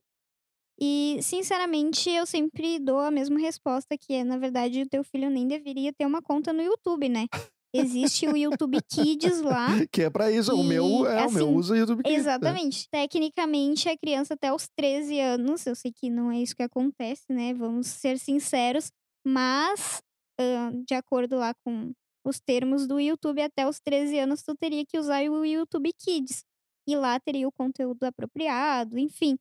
E, sinceramente, eu sempre dou a mesma resposta, que é, na verdade, o teu filho nem deveria ter uma conta no YouTube, né. Existe o YouTube Kids lá, Que é pra isso, o meu, e, é, o meu assim usa YouTube Kids, né? exatamente. Tecnicamente, a criança até os treze anos, eu sei que não é isso que acontece, né, vamos ser sinceros, mas, hã, de acordo lá com os termos do YouTube, até os treze anos tu teria que usar o YouTube Kids. E lá teria o conteúdo apropriado, enfim.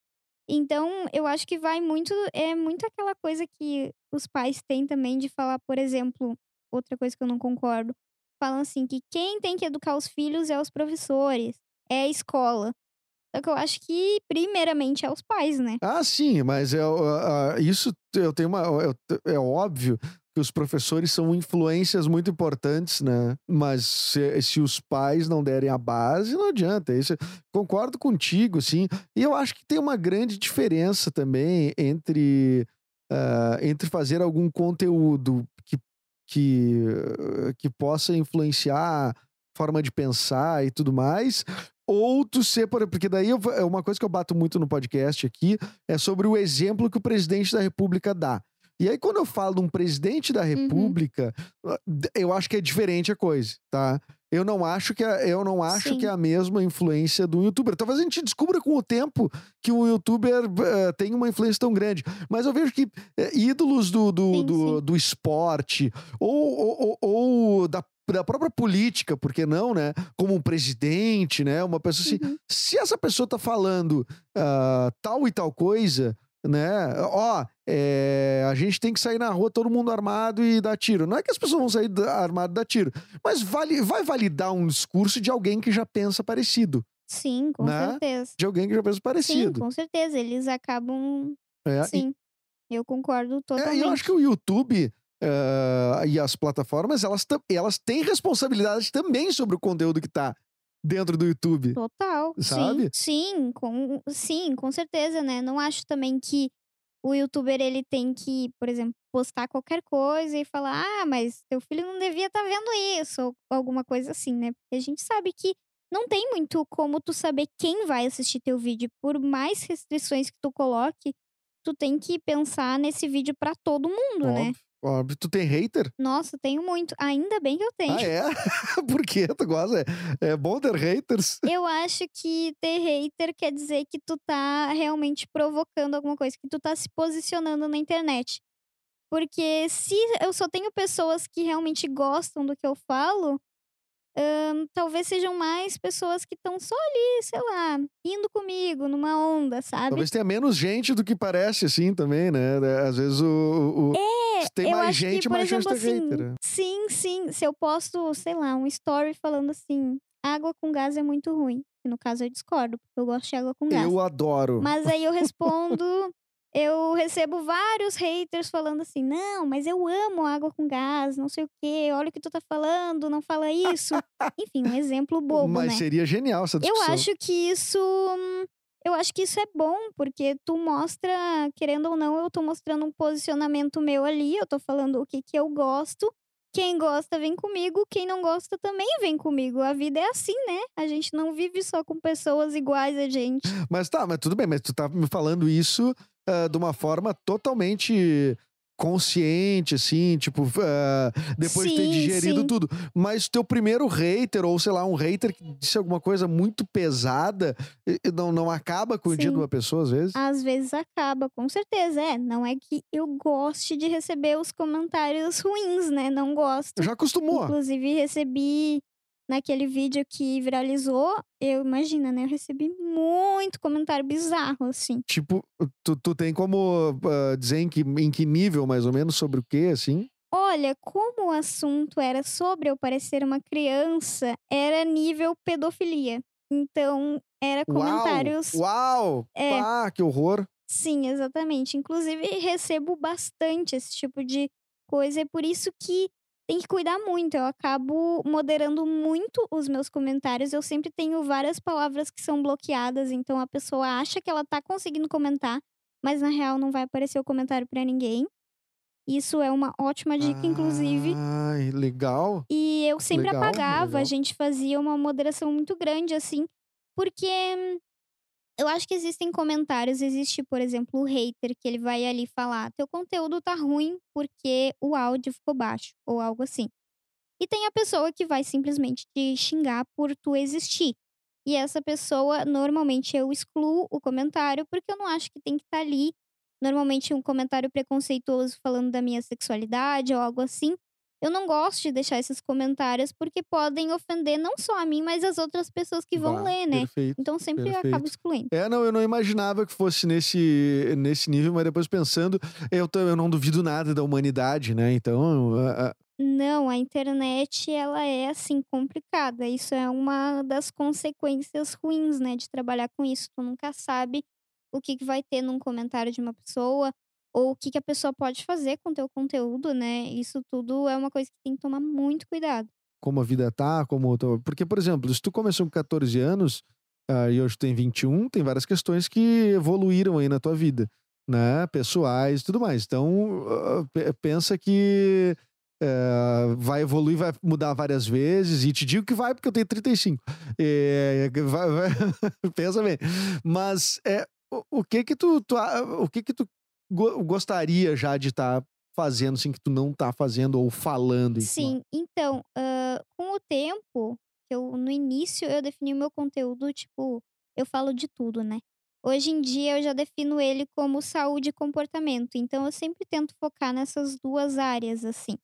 Então, eu acho que vai muito é muito aquela coisa que os pais têm também de falar, por exemplo, outra coisa que eu não concordo, falam assim que quem tem que educar os filhos é os professores, é a escola. Só que eu acho que primeiramente é os pais, né. Ah, sim, mas é, o- a- a- isso eu tenho uma. eu- É óbvio que os professores são influências muito importantes, né? Mas se, se os pais não derem a base, não adianta. Isso, concordo contigo, sim. E eu acho que tem uma grande diferença também entre, ah, entre fazer algum conteúdo que, que, eh, que possa influenciar a forma de pensar e tudo mais, ou tu ser, por- porque daí eu vou- é uma coisa que eu bato muito no podcast aqui, é sobre o exemplo que o presidente da República dá. E aí, quando eu falo de um presidente da Uhum. República, ah, d- eu acho que é diferente a coisa, tá? Eu não acho que é, eu não acho que é Sim. a mesma influência do youtuber. Talvez a gente descubra com o tempo que o youtuber eh, tem uma influência tão grande. Mas eu vejo que eh, ídolos do, do, Sim, do, sim. do esporte ou, ou, ou- ou da da própria política, por que não, né? Como um presidente, né? Uma pessoa assim. Uhum. Se essa pessoa tá falando ah, tal e tal coisa, né? Ó, é, a gente tem que sair na rua todo mundo armado e dar tiro. Não é que as pessoas vão sair da- armado e dar tiro, mas vale, vai validar um discurso de alguém que já pensa parecido, Sim, com né? certeza. De alguém que já pensa Sim, parecido. com certeza, eles acabam É, e, sim, eu concordo é, e eu acho que totalmente. o YouTube eh, e as plataformas, elas, tam- elas têm responsabilidade também sobre o conteúdo que tá dentro do YouTube, Total, sim, sabe? sim, com, sim, com certeza, né? Não acho também que o youtuber ele tem que, por exemplo, postar qualquer coisa e falar, ah, mas teu filho não devia estar vendo isso, ou alguma coisa assim, né? Porque a gente sabe que não tem muito como tu saber quem vai assistir teu vídeo. Por mais restrições que tu coloque, tu tem que pensar nesse vídeo pra todo mundo, né? Óbvio, óbvio. Tu tem hater? Nossa, tenho muito. Ainda bem que eu tenho. Ah, é? Por quê? Tu gosta? É, é bom ter haters? Eu acho que ter hater quer dizer que tu tá realmente provocando alguma coisa, que tu tá se posicionando na internet. Porque se eu só tenho pessoas que realmente gostam do que eu falo, hã, talvez sejam mais pessoas que estão só ali, sei lá, indo comigo numa onda, sabe? Talvez tenha menos gente do que parece, assim, também, né? Às vezes o... o, o- É, se tem eu mais acho que, gente, por mais chance exemplo, de ter assim, hater. né? sim, sim, se eu posto, sei lá, um story falando assim: "Água com gás é muito ruim", que no caso eu discordo, porque eu gosto de água com gás. Eu adoro. Mas aí eu respondo, eu recebo vários haters falando assim: "Não, mas eu amo água com gás, não sei o quê, olha o que tu tá falando, não fala isso". Enfim, um exemplo bobo, Mas né. seria genial essa Eu discussão. acho que isso hum, eu acho que isso é bom, porque tu mostra, querendo ou não, eu tô mostrando um posicionamento meu ali, eu tô falando o que que eu gosto. Quem gosta vem comigo, quem não gosta também vem comigo. A vida é assim, né? A gente não vive só com pessoas iguais a gente. Mas tá, mas tudo bem, mas tu tá me falando isso ah, de uma forma totalmente consciente, assim, tipo, ah, depois de ter Sim, digerido sim. tudo. Mas teu primeiro hater, ou sei lá, um hater que disse alguma coisa muito pesada, e- e não, não acaba com o dia de Sim. uma pessoa, às vezes? Às vezes acaba, com certeza. É, não é que eu goste de receber os comentários ruins, né? Não gosto. Já acostumou. Inclusive, recebi naquele vídeo que viralizou, eu imagina, né? Eu recebi muito comentário bizarro, assim. Tipo, tu, tu tem como ah, dizer em que, em que nível, mais ou menos, sobre o quê, assim? Olha, como o assunto era sobre eu parecer uma criança, era nível pedofilia. Então, era Uau! comentários. Uau! É, Pá, que horror! sim, exatamente. Inclusive, recebo bastante esse tipo de coisa, é por isso que tem que cuidar muito. Eu acabo moderando muito os meus comentários. Eu sempre tenho várias palavras que são bloqueadas, então a pessoa acha que ela tá conseguindo comentar, mas na real não vai aparecer o comentário pra ninguém. Isso é uma ótima dica, inclusive. Ai, legal. E eu sempre Legal, apagava, a legal. gente fazia uma moderação muito grande, assim, porque eu acho que existem comentários, existe, por exemplo, o hater que ele vai ali falar: "Teu conteúdo tá ruim porque o áudio ficou baixo", ou algo assim. E tem a pessoa que vai simplesmente te xingar por tu existir. E essa pessoa, normalmente eu excluo o comentário, porque eu não acho que tem que estar ali. Normalmente um comentário preconceituoso falando da minha sexualidade ou algo assim. Eu não gosto de deixar esses comentários porque podem ofender não só a mim, mas as outras pessoas que vão Bah, ler, né? perfeito, Então sempre eu acabo perfeito. excluindo. É, não, eu não imaginava que fosse nesse, nesse nível, mas depois pensando, eu, tam- eu não duvido nada da humanidade, né? Então, ah, ah, Não, a internet ela é assim complicada. Isso é uma das consequências ruins, né, de trabalhar com isso. Tu nunca sabe o que que vai ter num comentário de uma pessoa ou o que que a pessoa pode fazer com o teu conteúdo, né? Isso tudo é uma coisa que tem que tomar muito cuidado. como a vida tá, como... eu tô- Porque, por exemplo, se tu começou com catorze anos ah, e hoje tem vinte e um, tem várias questões que evoluíram aí na tua vida, né? Pessoais e tudo mais. Então, ah, pe- pensa que eh, vai evoluir, vai mudar várias vezes, e te digo que vai porque eu tenho trinta e cinco. Eh, vai- vai- pensa bem. Mas é, o, o que que tu, tu a- o que que tu go- gostaria já de estar fazendo, assim, que tu não tá fazendo ou falando, enfim? Sim, então, hã, com o tempo, eu no início eu defini o meu conteúdo, tipo, eu falo de tudo, né. Hoje em dia eu já defino ele como saúde e comportamento, então eu sempre tento focar nessas duas áreas, assim.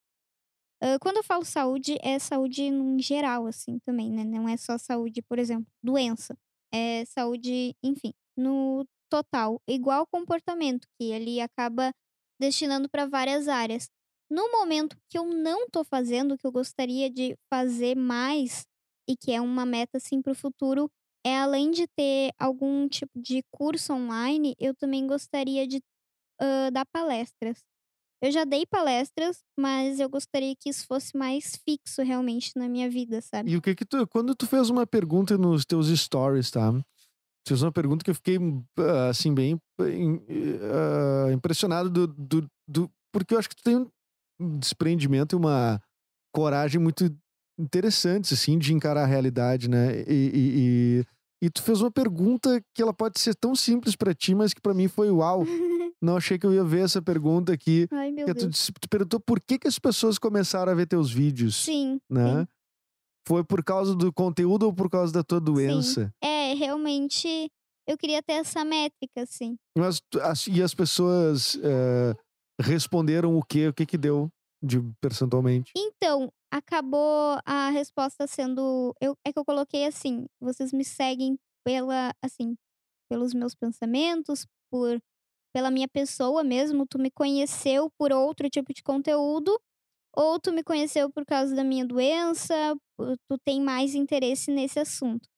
Hã, quando eu falo saúde, é saúde em geral, assim, também, né, não é só saúde, por exemplo, doença. É saúde, enfim, no total, igual comportamento, que ele acaba destinando para várias áreas. No momento que eu não tô fazendo, que eu gostaria de fazer mais, e que é uma meta, assim, para o futuro, é além de ter algum tipo de curso online, eu também gostaria de, hã, dar palestras. Eu já dei palestras, mas eu gostaria que isso fosse mais fixo realmente na minha vida, sabe? E o que que tu quando tu fez uma pergunta nos teus stories, tá? Tu fez uma pergunta que eu fiquei, ah, assim, bem im ah, impressionado do do do porque eu acho que tu tem um desprendimento e uma coragem muito interessantes, assim, de encarar a realidade, né. E e e e tu fez uma pergunta que ela pode ser tão simples pra ti, mas que pra mim foi uau, não achei que eu ia ver essa pergunta aqui, Ai, meu que tu Deus. disse tu perguntou por que que as pessoas começaram a ver teus vídeos, Sim, né. sim, Foi por causa do conteúdo ou por causa da tua sim. doença? É, realmente eu queria ter essa métrica, assim. Mas tu as e as pessoas, eh, responderam o quê? O que que deu de percentualmente? Então, acabou a resposta sendo eu é que eu coloquei assim: "Vocês me seguem pela assim, pelos meus pensamentos, por pela minha pessoa mesmo, tu me conheceu por outro tipo de conteúdo, ou tu me conheceu por causa da minha doença, o tu tem mais interesse nesse assunto".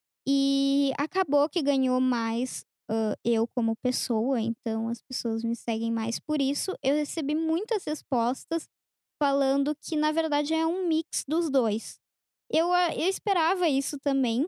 E acabou que ganhou mais, hã, eu como pessoa, então as pessoas me seguem mais por isso. Eu recebi muitas respostas falando que na verdade é um mix dos dois. Eu a eu esperava isso também,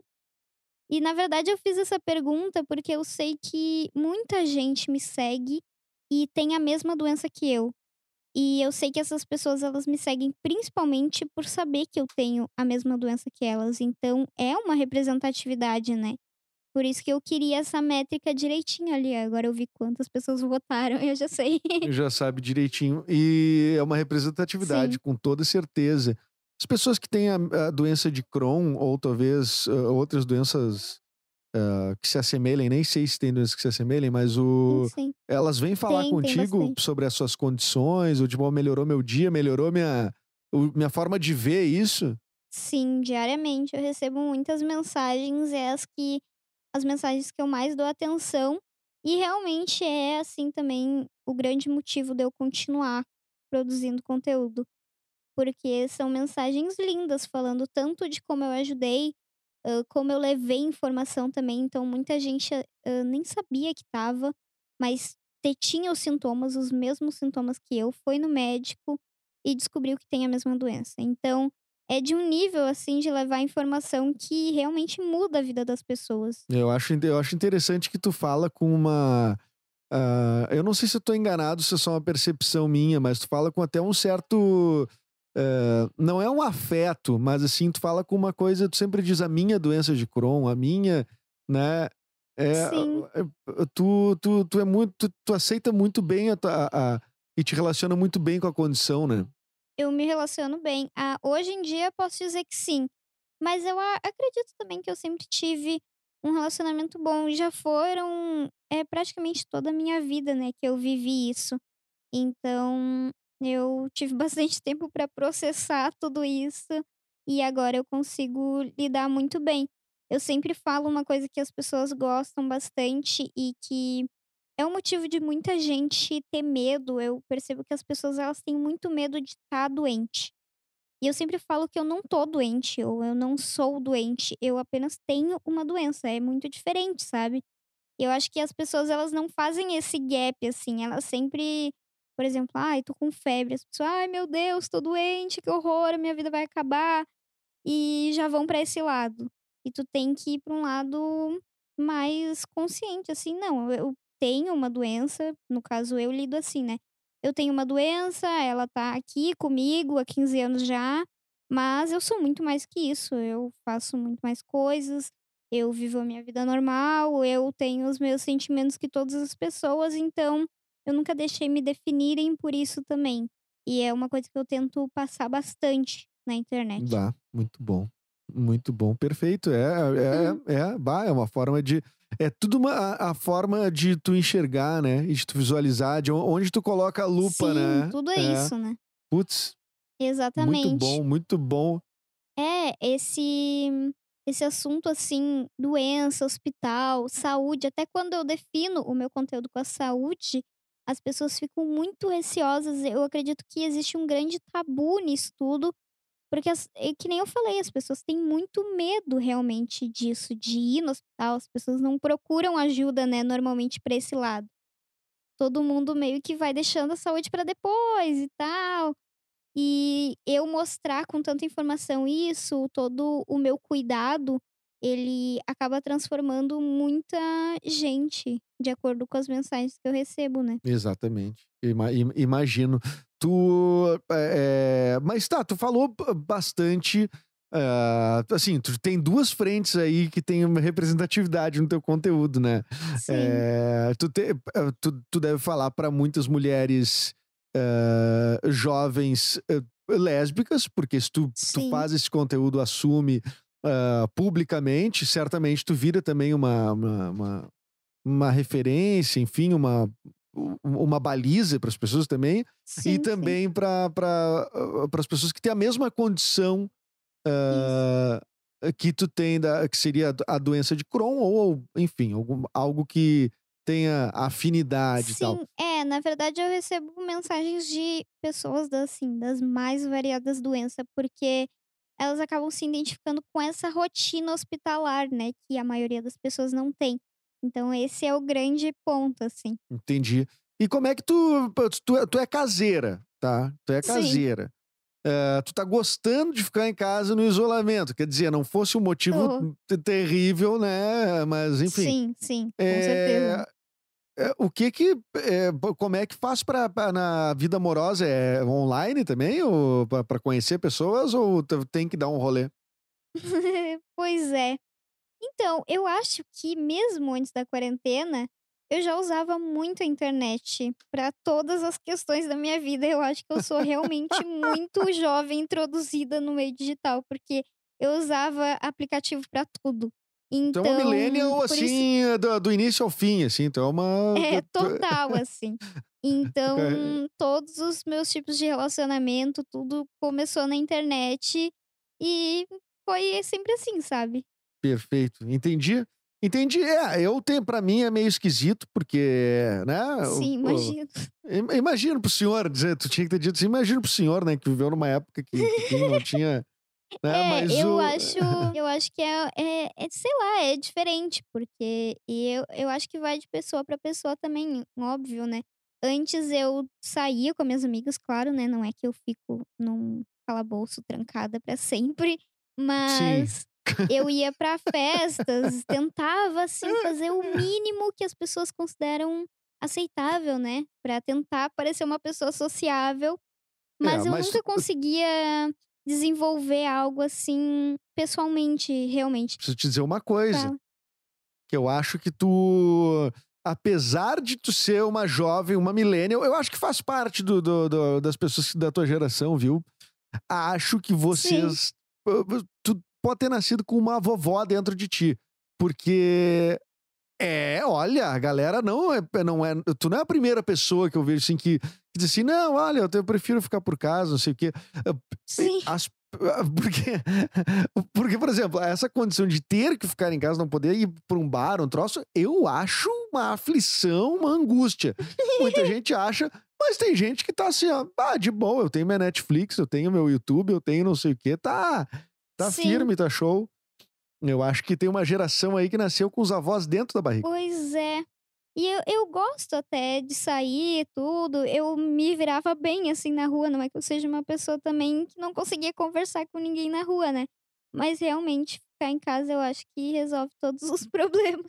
e na verdade eu fiz essa pergunta porque eu sei que muita gente me segue e tem a mesma doença que eu. E eu sei que essas pessoas elas me seguem principalmente por saber que eu tenho a mesma doença que elas, então é uma representatividade, né. Por isso que eu queria essa métrica direitinho ali, agora eu vi quantas pessoas votaram, eu já sei. Já sabe direitinho. E é uma Sim, representatividade, com toda certeza. As pessoas que têm a a doença de Crohn ou talvez, hã, outras doenças, hã, que se assemelhem, nem sei se tem doenças que se assemelhem, mas sim, o sim. elas vêm falar Tem, tem contigo bastante. sobre as suas condições, ou tipo: "Ó, melhorou meu dia, melhorou minha o minha forma de ver isso?" Sim, diariamente eu recebo muitas mensagens, é as que as mensagens que eu mais dou atenção, e realmente é, assim, também o grande motivo de eu continuar produzindo conteúdo, porque são mensagens lindas falando tanto de como eu ajudei, hã, como eu levei informação também, então muita gente, hã, nem sabia que estava, mas te tinha os sintomas, os mesmos sintomas que eu, foi no médico e descobriu que tem a mesma doença. Então, é de um nível, assim, de levar informação que realmente muda a vida das pessoas. Eu acho inte eu acho interessante que tu fala com uma, ah, eu não sei se eu tô enganado, se é só uma percepção minha, mas tu fala com até um certo, eh, não é um afeto, mas assim, tu fala com uma coisa, tu sempre diz: "A minha doença de Crohn, a minha", né, eh, Sim, eh, tu tu tu é muito tu tu aceita muito bem a tua a a e te relaciona muito bem com a condição, né. eu me relaciono bem. Ah, hoje em dia posso dizer que sim, mas eu a acredito também que eu sempre tive um relacionamento bom. Já foram, é praticamente toda a minha vida, né, que eu vivi isso. Então, eu tive bastante tempo para processar tudo isso e agora eu consigo lidar muito bem. Eu sempre falo uma coisa que as pessoas gostam bastante e que é um motivo de muita gente ter medo. Eu percebo que as pessoas elas têm muito medo de estar doente. E eu sempre falo que eu não tô doente ou eu não sou doente, eu apenas tenho uma doença, é muito diferente, sabe? Eu acho que as pessoas elas não fazem esse gap, assim, elas sempre, por exemplo: "Ai, tô com febre", as pessoas: "Ai, meu Deus, tô doente, que horror, a minha vida vai acabar", e já vão pra esse lado. E tu tem que ir pra um lado mais consciente, assim: "Não, eu tenho uma doença", no caso eu lido assim, né, "eu tenho uma doença, ela tá aqui comigo há quinze anos já, mas eu sou muito mais que isso, eu faço muito mais coisas, eu vivo a minha vida normal, eu tenho os meus sentimentos que todas as pessoas, então eu nunca deixei me definirem por isso também". E é uma coisa que eu tento passar bastante na internet. Dá, muito bom, muito bom, perfeito. É Uhum. é é, bah, é uma forma de é tudo uma a a forma de tu enxergar, né, e de tu visualizar, de on onde tu coloca a lupa, Sim, né. tudo é É. isso, né. Putz, muito Exatamente. bom, muito bom. É, esse esse assunto, assim, doença, hospital, saúde, até quando eu defino o meu conteúdo com a saúde, as pessoas ficam muito receosas. Eu acredito que existe um grande tabu nisso tudo, porque as é que nem eu falei, as pessoas têm muito medo realmente disso, de ir no hospital, as pessoas não procuram ajuda, né, normalmente pra esse lado. todo mundo meio que vai deixando a saúde pra depois e tal. E eu mostrar com tanta informação isso, todo o meu cuidado, ele acaba transformando muita gente, de acordo com as mensagens que eu recebo, né. Exatamente. Ima im imagino. Tu, eh eh, mas tá, tu falou ba bastante, hã, assim, tu tem duas frentes aí que tem uma representatividade no teu conteúdo, né. Sim, Eh, tu te eh, tu tu deve falar pra muitas mulheres, hã, jovens, hã, lésbicas, porque se tu tu sim, faz esse conteúdo, assume, hã, publicamente, certamente tu vira também uma uma uma uma referência, enfim, uma u uma baliza para as pessoas também, e sim, sim, também para pra, para as pessoas que têm a mesma condição, isso. hã, que tu tem da que seria a do a doença de Crohn ou, enfim, algum algo que tenha afinidade e tal. Sim, é, na verdade eu recebo mensagens de pessoas da assim, das mais variadas doenças, porque elas acabam se identificando com essa rotina hospitalar, né, que a maioria das pessoas não tem. Então esse é o grande ponto, assim. Entendi. E como é que tu tu é tu é caseira, tá, tu é Sim, caseira. Hã, tu tá gostando de ficar em casa no isolamento, quer dizer, não fosse um motivo tô. te terrível, né, mas enfim. Sim, sim, com certeza. Eh eh, o que que, eh, po como é que faz pra pra na vida amorosa, é online também ou pra pra conhecer pessoas ou tu tem que dar um rolê? Pois é. Então, eu acho que mesmo antes da quarentena, eu já usava muito a internet para todas as questões da minha vida. Eu acho que eu sou realmente muito jovem introduzida no meio digital, porque eu usava aplicativo para tudo. Tu é uma Então, millennial, por isso assim, do do início ao fim, assim, tu é uma é tu tu total assim. tu Então, ca todos os meus tipos de relacionamento, tudo começou na internet e foi sempre assim, sabe? perfeito, entendi. Entendi. É, eu tenho pra mim é meio esquisito, porque, né, o Sim, o imagino. ima imagino para o senhor dizer tu tinha que ter dito assim, imagino para o senhor, né, que viveu numa época que, enfim, não tinha, né, É, mas eu o acho eu acho que é é é sei lá, é diferente, porque e eu eu acho que vai de pessoa pra pessoa também, óbvio, né. Antes eu saía com as minhas amigas, claro, né, não é que eu fico num calabouço trancada pra sempre, sim. mas eu ia pra festas, tentava, assim, fazer o mínimo que as pessoas consideram aceitável, né, pra tentar parecer uma pessoa sociável, É, mas eu mas nunca tu conseguia desenvolver algo assim, pessoalmente, realmente. preciso te dizer uma coisa, Fala. que eu acho que tu, apesar de tu ser uma jovem, uma millennial, eu acho que faz parte do do do das pessoas da tua geração, viu. Acho que Sim, vocês hã, tu pode ter nascido com uma vovó dentro de ti, porque é, olha, a galera não é não é tu não é a primeira pessoa que eu vejo, assim, que que diz assim: "Não, olha, eu prefiro ficar por casa, não sei o quê". Hã, e sim, as porque porque, por exemplo, essa condição de ter que ficar em casa, não poder ir pra um bar, um troço, eu acho uma aflição, uma angústia. Muita gente acha, mas tem gente que tá assim, ó: "Ah, de boa, eu tenho minha Netflix, eu tenho meu YouTube, eu tenho não sei o quê", tá tá sim. firme, tá show. Eu acho que tem uma geração aí que nasceu com os avós dentro da barriga. Pois é. E eu eu gosto até de sair e tudo, eu me virava bem, assim, na rua, não é que eu seja uma pessoa também que não conseguia conversar com ninguém na rua, né. Mas realmente ficar em casa eu acho que resolve todos os problemas.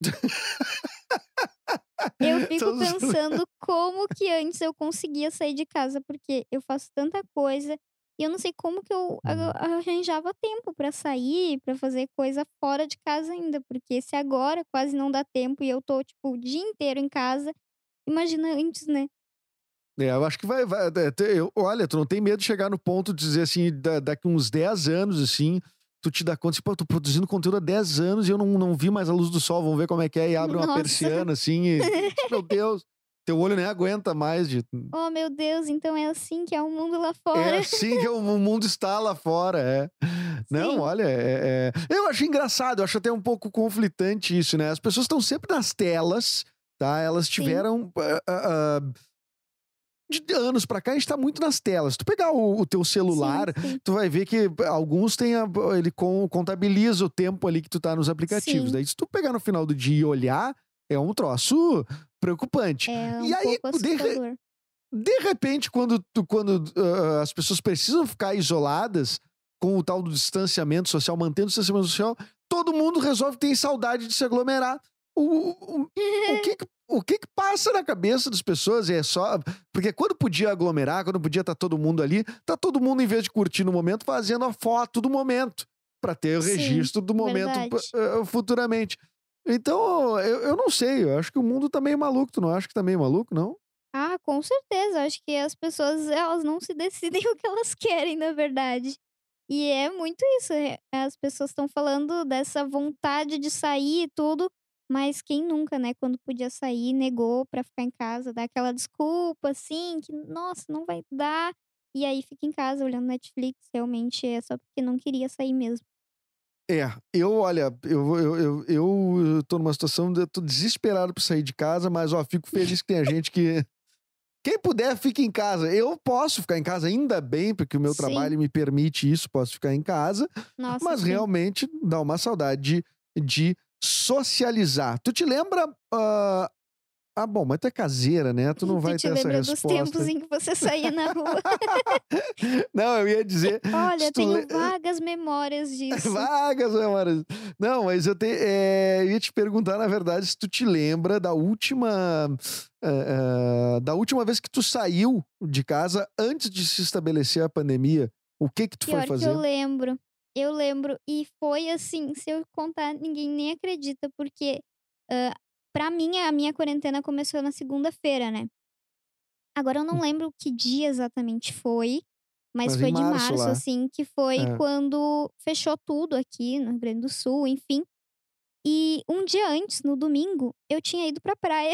Eu fico Todos pensando como que antes eu conseguia sair de casa, porque eu faço tanta coisa e eu não sei como que eu a Hum. arranjava tempo pra sair, pra fazer coisa fora de casa ainda, porque se agora quase não dá tempo e eu tô, tipo, o dia inteiro em casa, imagina antes, né. É, eu acho que vai vai é, te eu olha, tu não tem medo de chegar no ponto de dizer assim, da daqui uns dez anos, assim, tu te dá conta assim: "Pô, eu tô produzindo conteúdo há dez anos e eu não não vi mais a luz do sol, vamos ver como é que é", e abre uma Nossa, persiana, assim, e meu Deus, teu olho nem aguenta mais de oh meu Deus, então é assim que é o mundo lá é fora. assim que o mundo está lá fora, é. Não, Sim, olha, é é eu acho engraçado, eu acho até um pouco conflitante isso, né, as pessoas estão sempre nas telas, tá, elas sim, tiveram, hã hã hã de anos pra cá, a gente tá muito nas telas. Se tu pegar o, o teu sim, celular, sim, tu vai ver que alguns têm a, ele com, contabiliza o tempo ali que tu tá nos aplicativos. sim, Daí, se tu pegar no final do dia e olhar, é um troço preocupante. É um E aí, pouco de, re- assustador. de repente, quando, tu- quando ah, as pessoas precisam ficar isoladas com o tal do distanciamento social, mantendo o distanciamento social, todo mundo resolve ter saudade de se aglomerar. O, o, o, o que, que- o que que passa na cabeça das pessoas? É só. Porque quando podia aglomerar, quando podia estar todo mundo ali, tá todo mundo, em vez de curtir no momento, fazendo a foto do momento, para ter o Sim, registro do momento verdade. eh, futuramente. Então, eu, eu não sei, eu acho que o mundo tá meio maluco. Tu não acha que tá meio maluco, não? Ah, com certeza. Acho que as pessoas, elas não se decidem o que elas querem, na verdade. E é muito isso. é- As pessoas estão falando dessa vontade de sair e tudo, mas quem nunca, né? Quando podia sair, negou pra ficar em casa, dar aquela desculpa, assim, que, nossa, não vai dar. E aí fica em casa olhando Netflix. Realmente é só porque não queria sair mesmo. É, eu, olha, eu, eu, eu, eu tô numa situação de eu tô desesperado por sair de casa, mas ó, fico feliz que tem gente que. Quem puder, fique em casa. Eu posso ficar em casa, ainda bem, porque o meu Sim, trabalho me permite isso, posso ficar em casa, nossa, mas sim. realmente dá uma saudade de, de socializar. Tu te lembra. Ah, ah, bom, mas tu é caseira, né? Tu não Tu vai te ter essa lembra dos tempos resposta. em que você saía na rua? Não, eu ia dizer. Se Olha, tu le- tenho vagas memórias disso. Vagas, né, Mara? Não, mas eu, te, é, eu ia te perguntar, na verdade, se tu te lembra da última. eh, eh, da última vez que tu saiu de casa antes de se estabelecer a pandemia. O que que tu foi Pior que eu fazer? lembro. Eu lembro. E foi assim, se eu contar, ninguém nem acredita, porque ah, pra mim a minha quarentena começou na segunda-feira, né? Agora eu não lembro que dia exatamente foi, mas Mas em foi de março março, lá. assim, que foi É. quando fechou tudo aqui no Rio Grande do Sul, enfim. E um dia antes, no domingo, eu tinha ido pra praia.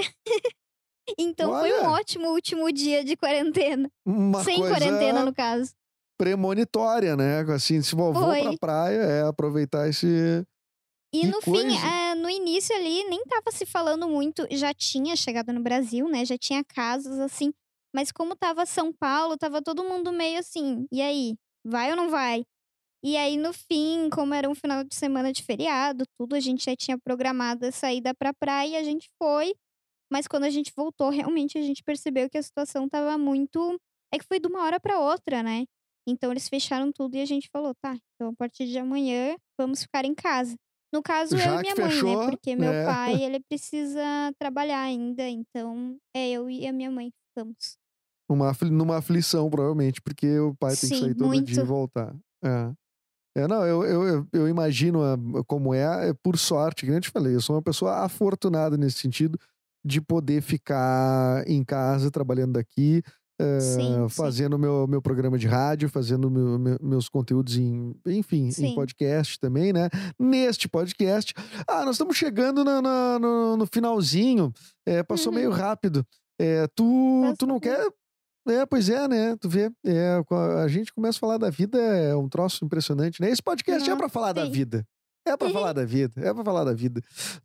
Então foi um Olha, ótimo último dia de quarentena. uma Sem quarentena, coisa no caso. premonitória, né? Assim, se vou, vou pra Foi. praia, é aproveitar esse. E Que no fim, coisa. eh, no início ali, nem tava se falando muito. Já tinha chegado no Brasil, né? Já tinha casos assim. Mas como tava São Paulo, tava todo mundo meio assim. E aí? Vai ou não vai? E aí, no fim, como era um final de semana de feriado, tudo, a gente já tinha programado a saída pra praia e a gente foi. Mas quando a gente voltou, realmente a gente percebeu que a situação estava muito. É que foi de uma hora para outra, né? Então eles fecharam tudo e a gente falou: tá, então a partir de amanhã vamos ficar em casa. No caso, eu e Já que minha mãe, né? fechou, Porque meu né? pai, ele precisa trabalhar ainda. Então é eu e a minha mãe que ficamos. Numa, afli- numa aflição, provavelmente, porque o pai tem que Sim, sair todo dia e muito. voltar. É. É, não, eu, eu, eu, eu imagino a- como é, é por sorte, que nem eu te falei, eu sou uma pessoa afortunada nesse sentido de poder ficar em casa trabalhando daqui, Sim, eh, sim, fazendo meu, meu programa de rádio, fazendo meu- meu- meus conteúdos em, enfim, em sim. podcast também, né? Neste podcast. Ah, nós estamos chegando na- na- no, no finalzinho, eh, passou Uhum, meio rápido. Eh, tu, tu passou não mesmo. quer é, pois é, né? Tu vê, é, co- a gente começa a falar da vida, é um troço impressionante, né? Esse podcast é Nossa, pra falar da sim. vida. É pra falar da vida, é pra falar da vida.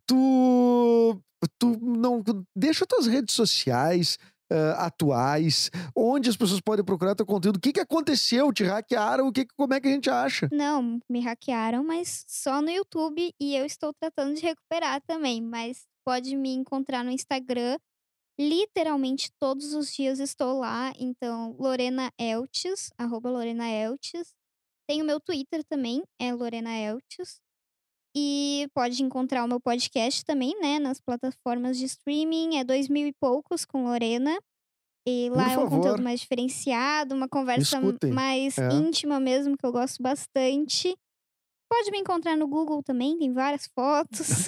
Tu, tu não, tu deixa tuas redes sociais ah, atuais, onde as pessoas podem procurar teu conteúdo. O que que aconteceu? Te hackearam? O que, que- como é que a gente acha? Não, me hackearam, mas só no YouTube e eu estou tratando de recuperar também. Mas pode me encontrar no Instagram. Literalmente todos os dias estou lá, então Lorena Eltes, arroba Lorena Eltes. Tem o meu Twitter também, é Lorena Eltes. E pode encontrar o meu podcast também, né, nas plataformas de streaming, é dois mil e poucos com Lorena. E Por lá é um conteúdo favor, mais diferenciado, uma conversa m- escutem. mais É. íntima mesmo, que eu gosto bastante. Pode me encontrar no Google também, tem várias fotos.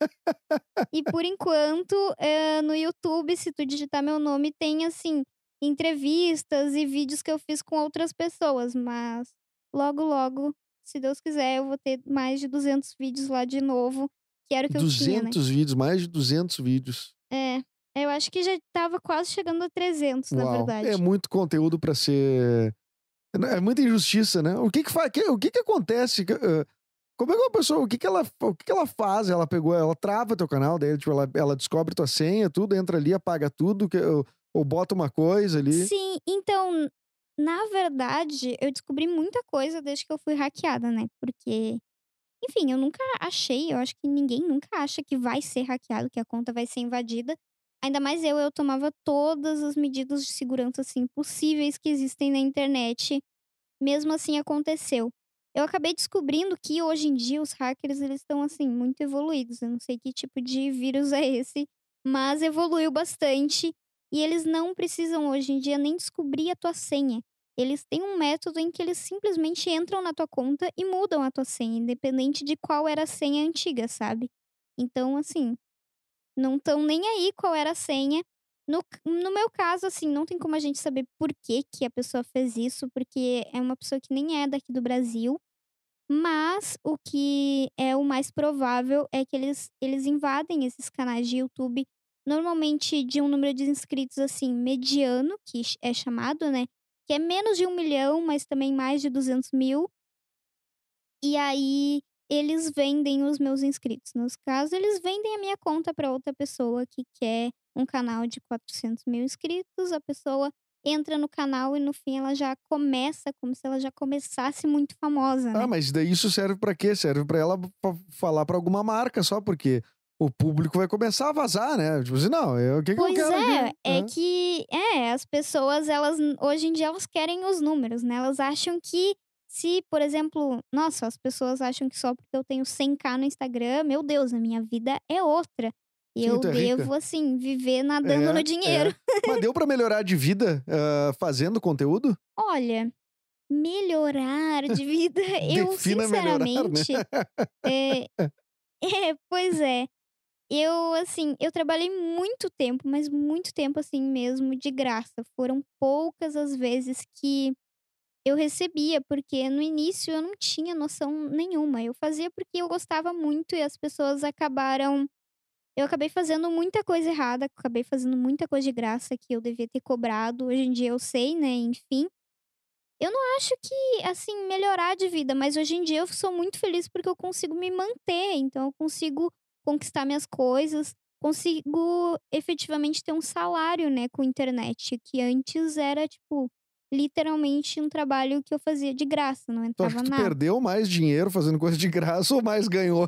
E por enquanto, eh, no YouTube, se tu digitar meu nome, tem assim, entrevistas e vídeos que eu fiz com outras pessoas, mas logo, logo, se Deus quiser, eu vou ter mais de duzentos vídeos lá de novo, que era o que eu tinha, né. duzentos vídeos, mais de duzentos vídeos. É, eu acho que já estava quase chegando a trezentos, na Uau, é verdade. muito conteúdo pra ser. É muita injustiça, né? O que que faz? O que que acontece? Que, eh, Como é que uma pessoa, o que que ela, o que que ela faz? Ela pegou, ela trava teu canal, daí tipo, ela, ela descobre tua senha, tudo, entra ali, apaga tudo, que, ou, ou bota uma coisa ali. Sim, então, na verdade, eu descobri muita coisa desde que eu fui hackeada, né, porque, enfim, eu nunca achei, eu acho que ninguém nunca acha que vai ser hackeado, que a conta vai ser invadida. ainda mais eu, eu tomava todas as medidas de segurança, assim, possíveis que existem na internet. Mesmo assim, aconteceu. Eu acabei descobrindo que hoje em dia os hackers eles estão assim muito evoluídos. Eu não sei que tipo de vírus é esse, mas evoluiu bastante e eles não precisam hoje em dia nem descobrir a tua senha. Eles têm um método em que eles simplesmente entram na tua conta e mudam a tua senha, independente de qual era a senha antiga, sabe? Então, assim, não estão nem aí qual era a senha. No, c- no meu caso, assim, não tem como a gente saber por que, que a pessoa fez isso, porque é uma pessoa que nem é daqui do Brasil. Mas o que é o mais provável é que eles, eles invadem esses canais de YouTube, normalmente de um número de inscritos, assim, mediano, que ch- é chamado, né? Que é menos de um milhão, mas também mais de duzentos mil. E aí eles vendem os meus inscritos. Nos casos, eles vendem a minha conta para outra pessoa que quer um canal de quatrocentos mil inscritos. A pessoa entra no canal e no fim ela já começa como se ela já começasse muito famosa, Ah, né? mas daí isso serve pra quê? Serve pra ela fa- falar pra alguma marca só, porque o público vai começar a vazar, né? Tipo assim, não, eu- o que que eu Pois quero é, aqui? é Hã? que é, as pessoas elas n- hoje em dia elas querem os números, né? Elas acham que se, por exemplo, nossa, as pessoas acham que só porque eu tenho cem k no Instagram, meu Deus, a minha vida é outra. E Sim, eu tu é rica. devo assim viver nadando no É, dinheiro. é. Mas deu pra melhorar de vida, ah, fazendo conteúdo? Olha, melhorar de vida, eu Defina melhorar, né? sinceramente, é, é, pois é. Eu, assim, eu trabalhei muito tempo, mas muito tempo assim mesmo, de graça. Foram poucas as vezes que eu recebia, porque no início eu não tinha noção nenhuma. Eu fazia porque eu gostava muito e as pessoas acabaram. Eu acabei fazendo muita coisa errada, acabei fazendo muita coisa de graça que eu devia ter cobrado. Hoje em dia eu sei, né? Enfim. Eu não acho que, assim, melhorar de vida, mas hoje em dia eu sou muito feliz porque eu consigo me manter, então eu consigo conquistar minhas coisas, consigo efetivamente ter um salário, né, com internet, que antes era, tipo, literalmente um trabalho que eu fazia de graça, não Tu acha que entrava tu nada. perdeu mais dinheiro fazendo coisa de graça ou mais ganhou?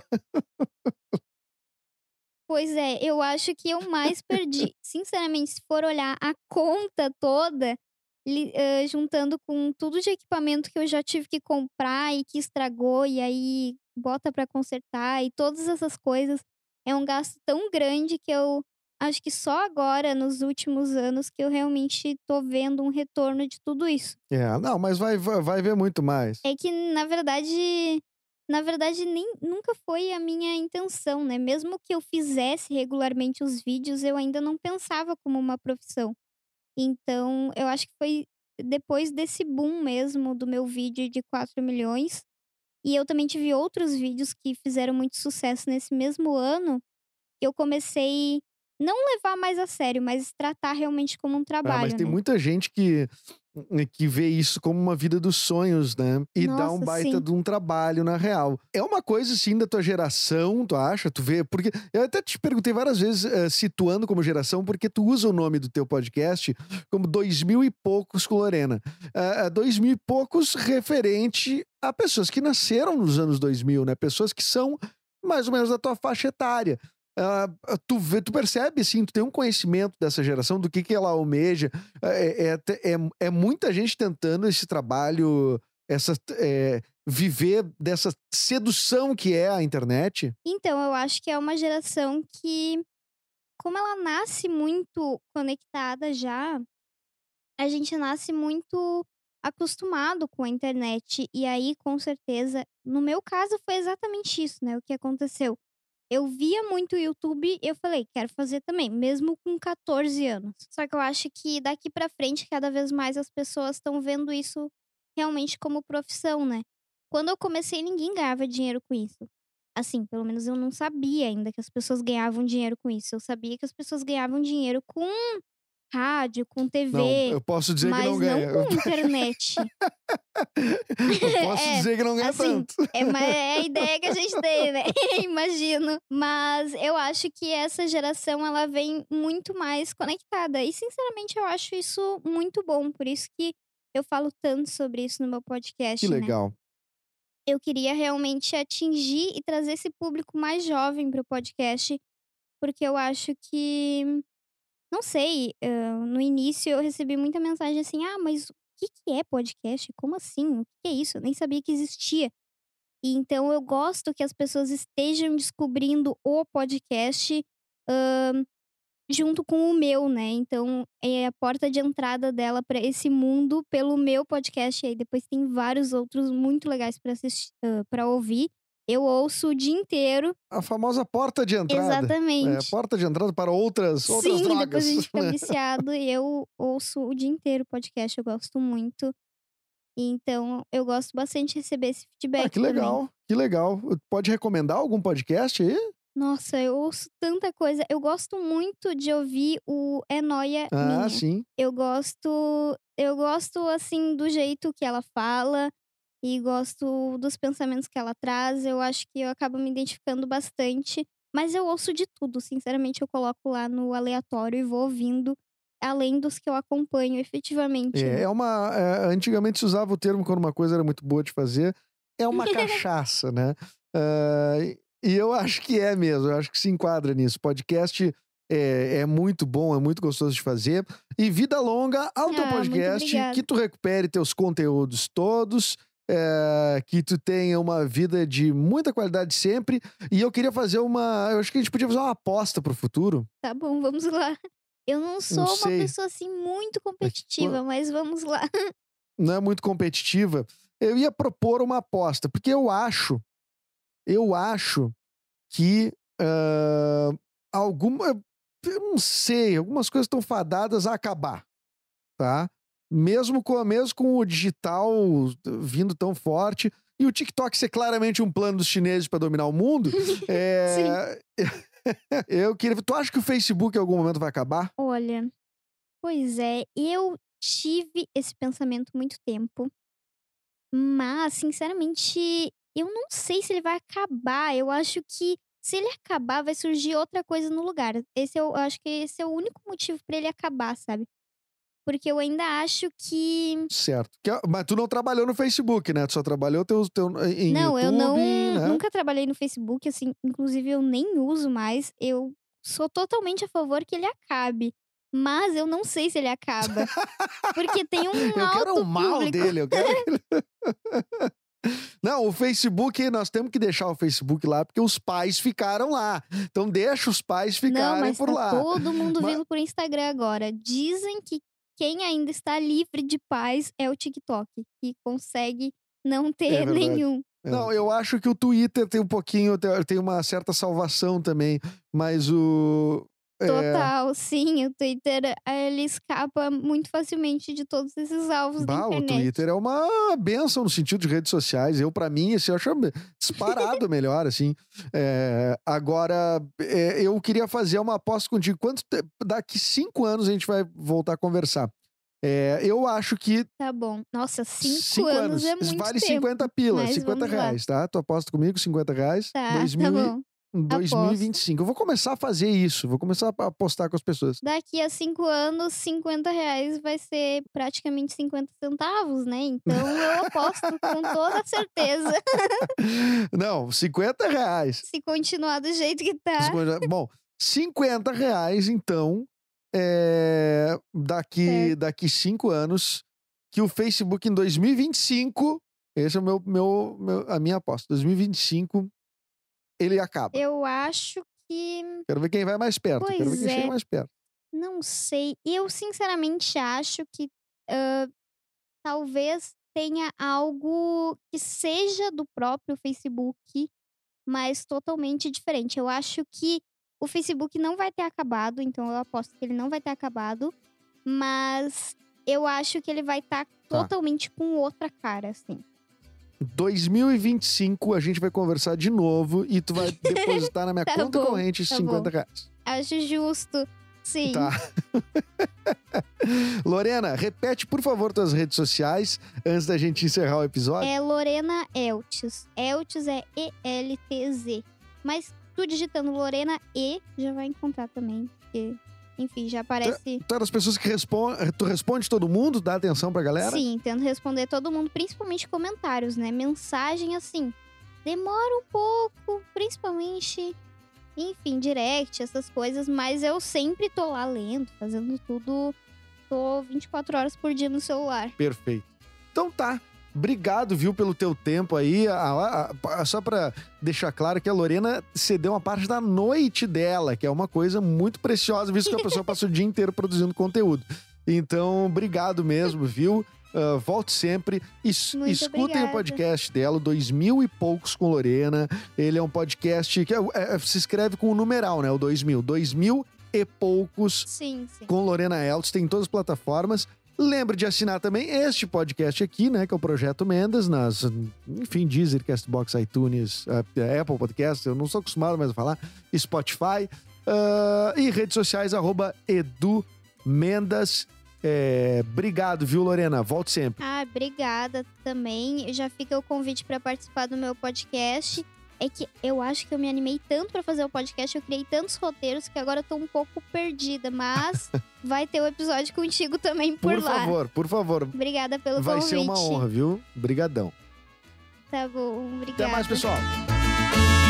Pois é, eu acho que eu mais perdi. Sinceramente, se for olhar a conta toda, li- eh, juntando com tudo de equipamento que eu já tive que comprar e que estragou, e aí bota pra consertar e todas essas coisas, é um gasto tão grande que eu acho que só agora, nos últimos anos, que eu realmente tô vendo um retorno de tudo isso. É, não, mas vai, vai, vai ver muito mais. É que na verdade na verdade nem nunca foi a minha intenção, né, mesmo que eu fizesse regularmente os vídeos, eu ainda não pensava como uma profissão. Então, eu acho que foi depois desse boom mesmo do meu vídeo de quatro milhões, e eu também tive outros vídeos que fizeram muito sucesso nesse mesmo ano, que eu comecei não levar mais a sério, mas tratar realmente como um Ah, mas trabalho, tem né. muita gente que, que vê isso como uma vida dos sonhos, né? E dá um Nossa, baita sim. de um trabalho, na real. É uma coisa, assim, da tua geração, tu acha? Tu vê? Porque eu até te perguntei várias vezes, eh, situando como geração, porque tu usa o nome do teu podcast como dois mil e poucos com Lorena. Ah, ah, dois mil e poucos referente a pessoas que nasceram nos anos dois mil, né? Pessoas que são mais ou menos da tua faixa etária. Ah, ah, tu, vê, tu percebe, assim, tu tem um conhecimento dessa geração, do que, que ela almeja. É, é, é, é muita gente tentando esse trabalho, essa, é, viver dessa sedução que é a internet. Então, eu acho que é uma geração que, como ela nasce muito conectada já, a gente nasce muito acostumado com a internet. E aí, com certeza, no meu caso foi exatamente isso, né? O que aconteceu. Eu via muito o YouTube e eu falei, quero fazer também, mesmo com quatorze anos. Só que eu acho que daqui pra frente, cada vez mais as pessoas estão vendo isso realmente como profissão, né? Quando eu comecei, ninguém ganhava dinheiro com isso. Assim, pelo menos eu não sabia ainda que as pessoas ganhavam dinheiro com isso. Eu sabia que as pessoas ganhavam dinheiro com rádio, com Não, T V, eu posso dizer que não mas não ganha. Eu, com internet. eu posso É, dizer que não ganha assim, tanto. é ma é a ideia que a gente tem, né, imagino. Mas eu acho que essa geração ela vem muito mais conectada e sinceramente eu acho isso muito bom, por isso que eu falo tanto sobre isso no meu Que podcast, né. legal. Eu queria realmente atingir e trazer esse público mais jovem para o podcast, porque eu acho que não sei, hã, no início eu recebi muita mensagem assim: "Ah, mas o que que é podcast? Como assim? O que que é isso? Eu nem sabia que existia". E então eu gosto que as pessoas estejam descobrindo o podcast, hã, junto com o meu, né. Então é a porta de entrada dela pra esse mundo pelo meu podcast, e aí depois tem vários outros muito legais pra assis hã, pra ouvir. Eu ouço o dia inteiro. A famosa porta de entrada. É, Exatamente. porta de entrada para outras, outras Sim, drogas. depois a gente fica né? viciado e eu ouço o dia inteiro podcast, eu gosto muito. Então eu gosto bastante de receber esse Ah, feedback que também. legal, que legal. Pode recomendar algum podcast aí? Nossa, eu ouço tanta coisa. Eu gosto muito de ouvir o É Nóia Ah, Minha. sim. Eu gosto eu gosto, assim, do jeito que ela fala e gosto dos pensamentos que ela traz. Eu acho que eu acabo me identificando bastante, mas eu ouço de tudo, sinceramente, eu coloco lá no aleatório e vou ouvindo, além dos que eu acompanho efetivamente, É, né. é uma. é, antigamente se usava o termo quando uma coisa era muito boa de fazer. É uma cachaça, né? Ah, e eu acho que é mesmo, eu acho que se enquadra nisso. Podcast é, é muito bom, é muito gostoso de fazer. E vida longa ao teu Ah, muito podcast, obrigada. que tu recupere teus conteúdos todos. é, que tu tenha uma vida de muita qualidade sempre. E eu queria fazer uma. Eu acho que a gente podia fazer uma aposta pro futuro. Tá bom, vamos lá. Eu não sou Não uma sei. pessoa, assim, muito É que competitiva, mas vamos lá. não é muito competitiva, eu ia propor uma aposta, porque eu acho, eu acho que ah, alguma, eu não sei, algumas coisas estão fadadas a acabar, tá? Mesmo com, mesmo com o digital vindo tão forte e o TikTok ser claramente um plano dos chineses para dominar o mundo, é, eu queria. Tu acha que o Facebook em algum momento vai acabar? Olha, pois é, eu tive esse pensamento muito tempo, mas sinceramente, eu não sei se ele vai acabar. Eu acho que se ele acabar, vai surgir outra coisa no lugar. Esse é o eu acho que esse é o único motivo pra ele acabar, sabe. Porque eu ainda acho que Certo. Que é- mas tu não trabalhou no Facebook, né? Tu só trabalhou teu, teu, em não, eu YouTube, não né? nunca trabalhei no Facebook, assim, inclusive eu nem uso mais. Eu sou totalmente a favor que ele acabe, mas eu não sei se ele acaba, porque tem um Eu quero alto o mal público. dele, eu quero que ele... Não, o Facebook, nós temos que deixar o Facebook lá, porque os pais ficaram lá. Então deixa os pais Não, ficarem mas por tá lá. todo mundo Mas- vindo por Instagram agora. Dizem que quem ainda está livre de pais é o TikTok, que consegue não ter verdade. nenhum. Não, eu acho que o Twitter tem um pouquinho, tem- tem uma certa salvação também, mas o... é, Total, sim, o Twitter, eh, ele escapa muito facilmente de todos esses alvos da bah, o internet. Twitter é uma benção no sentido de redes sociais. Eu, pra mim, esse eu acho disparado melhor, assim. É, agora, é, eu queria fazer uma aposta contigo. Quanto te- daqui cinco anos a gente vai voltar a conversar? É, eu acho que Tá bom. Nossa, cinco, cinco anos, é muito vale tempo. cinquenta pila, mas cinquenta vamos lá. reais, tá? Tu aposta comigo, cinquenta reais. Tá, dois tá mil e- bom. dois mil e vinte e cinco. Eu vou começar a fazer isso. Vou começar a apostar com as pessoas. Daqui a cinco anos, cinquenta reais vai ser praticamente cinquenta centavos, né? Então eu aposto com toda certeza. Não, cinquenta reais. Se continuar do jeito que tá. Bom, cinquenta reais, então, é, daqui, Certo. daqui cinco anos, que o Facebook em dois mil e vinte e cinco, esse é o meu, meu, meu- a minha aposta, dois mil e vinte e cinco, ele acaba. Eu acho que. Quero ver quem vai mais perto, quero ver Pois quem é. chega mais perto. Não sei. Eu, sinceramente, acho que ah, talvez tenha algo que seja do próprio Facebook, mas totalmente diferente. Eu acho que o Facebook não vai ter acabado, então eu aposto que ele não vai ter acabado, mas eu acho que ele vai estar Tá. totalmente com outra cara, assim. dois mil e vinte e cinco, a gente vai conversar de novo e tu vai depositar na minha Tá conta bom, corrente tá cinquenta reais. Acho justo. Sim. Tá. Lorena, repete, por favor, tuas redes sociais antes da gente encerrar o episódio. É Lorena Eltz. Eltz é E L T Z. Mas tu digitando Lorena E, já vai encontrar também. Porque, enfim, já aparece. Tu é das pessoas que respondem. Tu responde todo mundo? Dá atenção pra galera? Sim, tento responder todo mundo, principalmente comentários, né? Mensagem assim. Demora um pouco, principalmente enfim, direct, essas coisas. Mas eu sempre tô lá lendo, fazendo tudo. Tô vinte e quatro horas por dia no celular. Perfeito. Então tá. Obrigado, viu, pelo teu tempo aí. A- a- a- só pra deixar claro que a Lorena cedeu uma parte da noite dela, que é uma coisa muito preciosa, visto que a pessoa passa o dia inteiro produzindo conteúdo. Então, obrigado mesmo, viu? Uh, volte sempre. Es- Muito escutem obrigada. o podcast dela, Dois Mil e Poucos com Lorena. Ele é um podcast que é- é- se escreve com o numeral, né? O dois mil. Dois Mil e Poucos Sim, sim. com Lorena Eltz, tem em todas as plataformas. Lembre de assinar também este podcast aqui, né, que é o Projeto Mendas, nas, enfim, Deezer, Castbox, iTunes, uh, Apple Podcast, eu não sou acostumado mais a falar, Spotify, uh, e redes sociais, arroba Edu Mendas. É, obrigado, viu, Lorena? Volte sempre. Ah, obrigada também. Já fica o convite para participar do meu podcast. É que eu acho que eu me animei tanto para fazer o podcast, eu criei tantos roteiros que agora eu tô um pouco perdida, mas vai ter o episódio contigo também por, Por lá. favor, por favor. Obrigada pelo Vai convite. ser uma honra, viu? Brigadão. Tá bom, obrigada. Até mais, pessoal.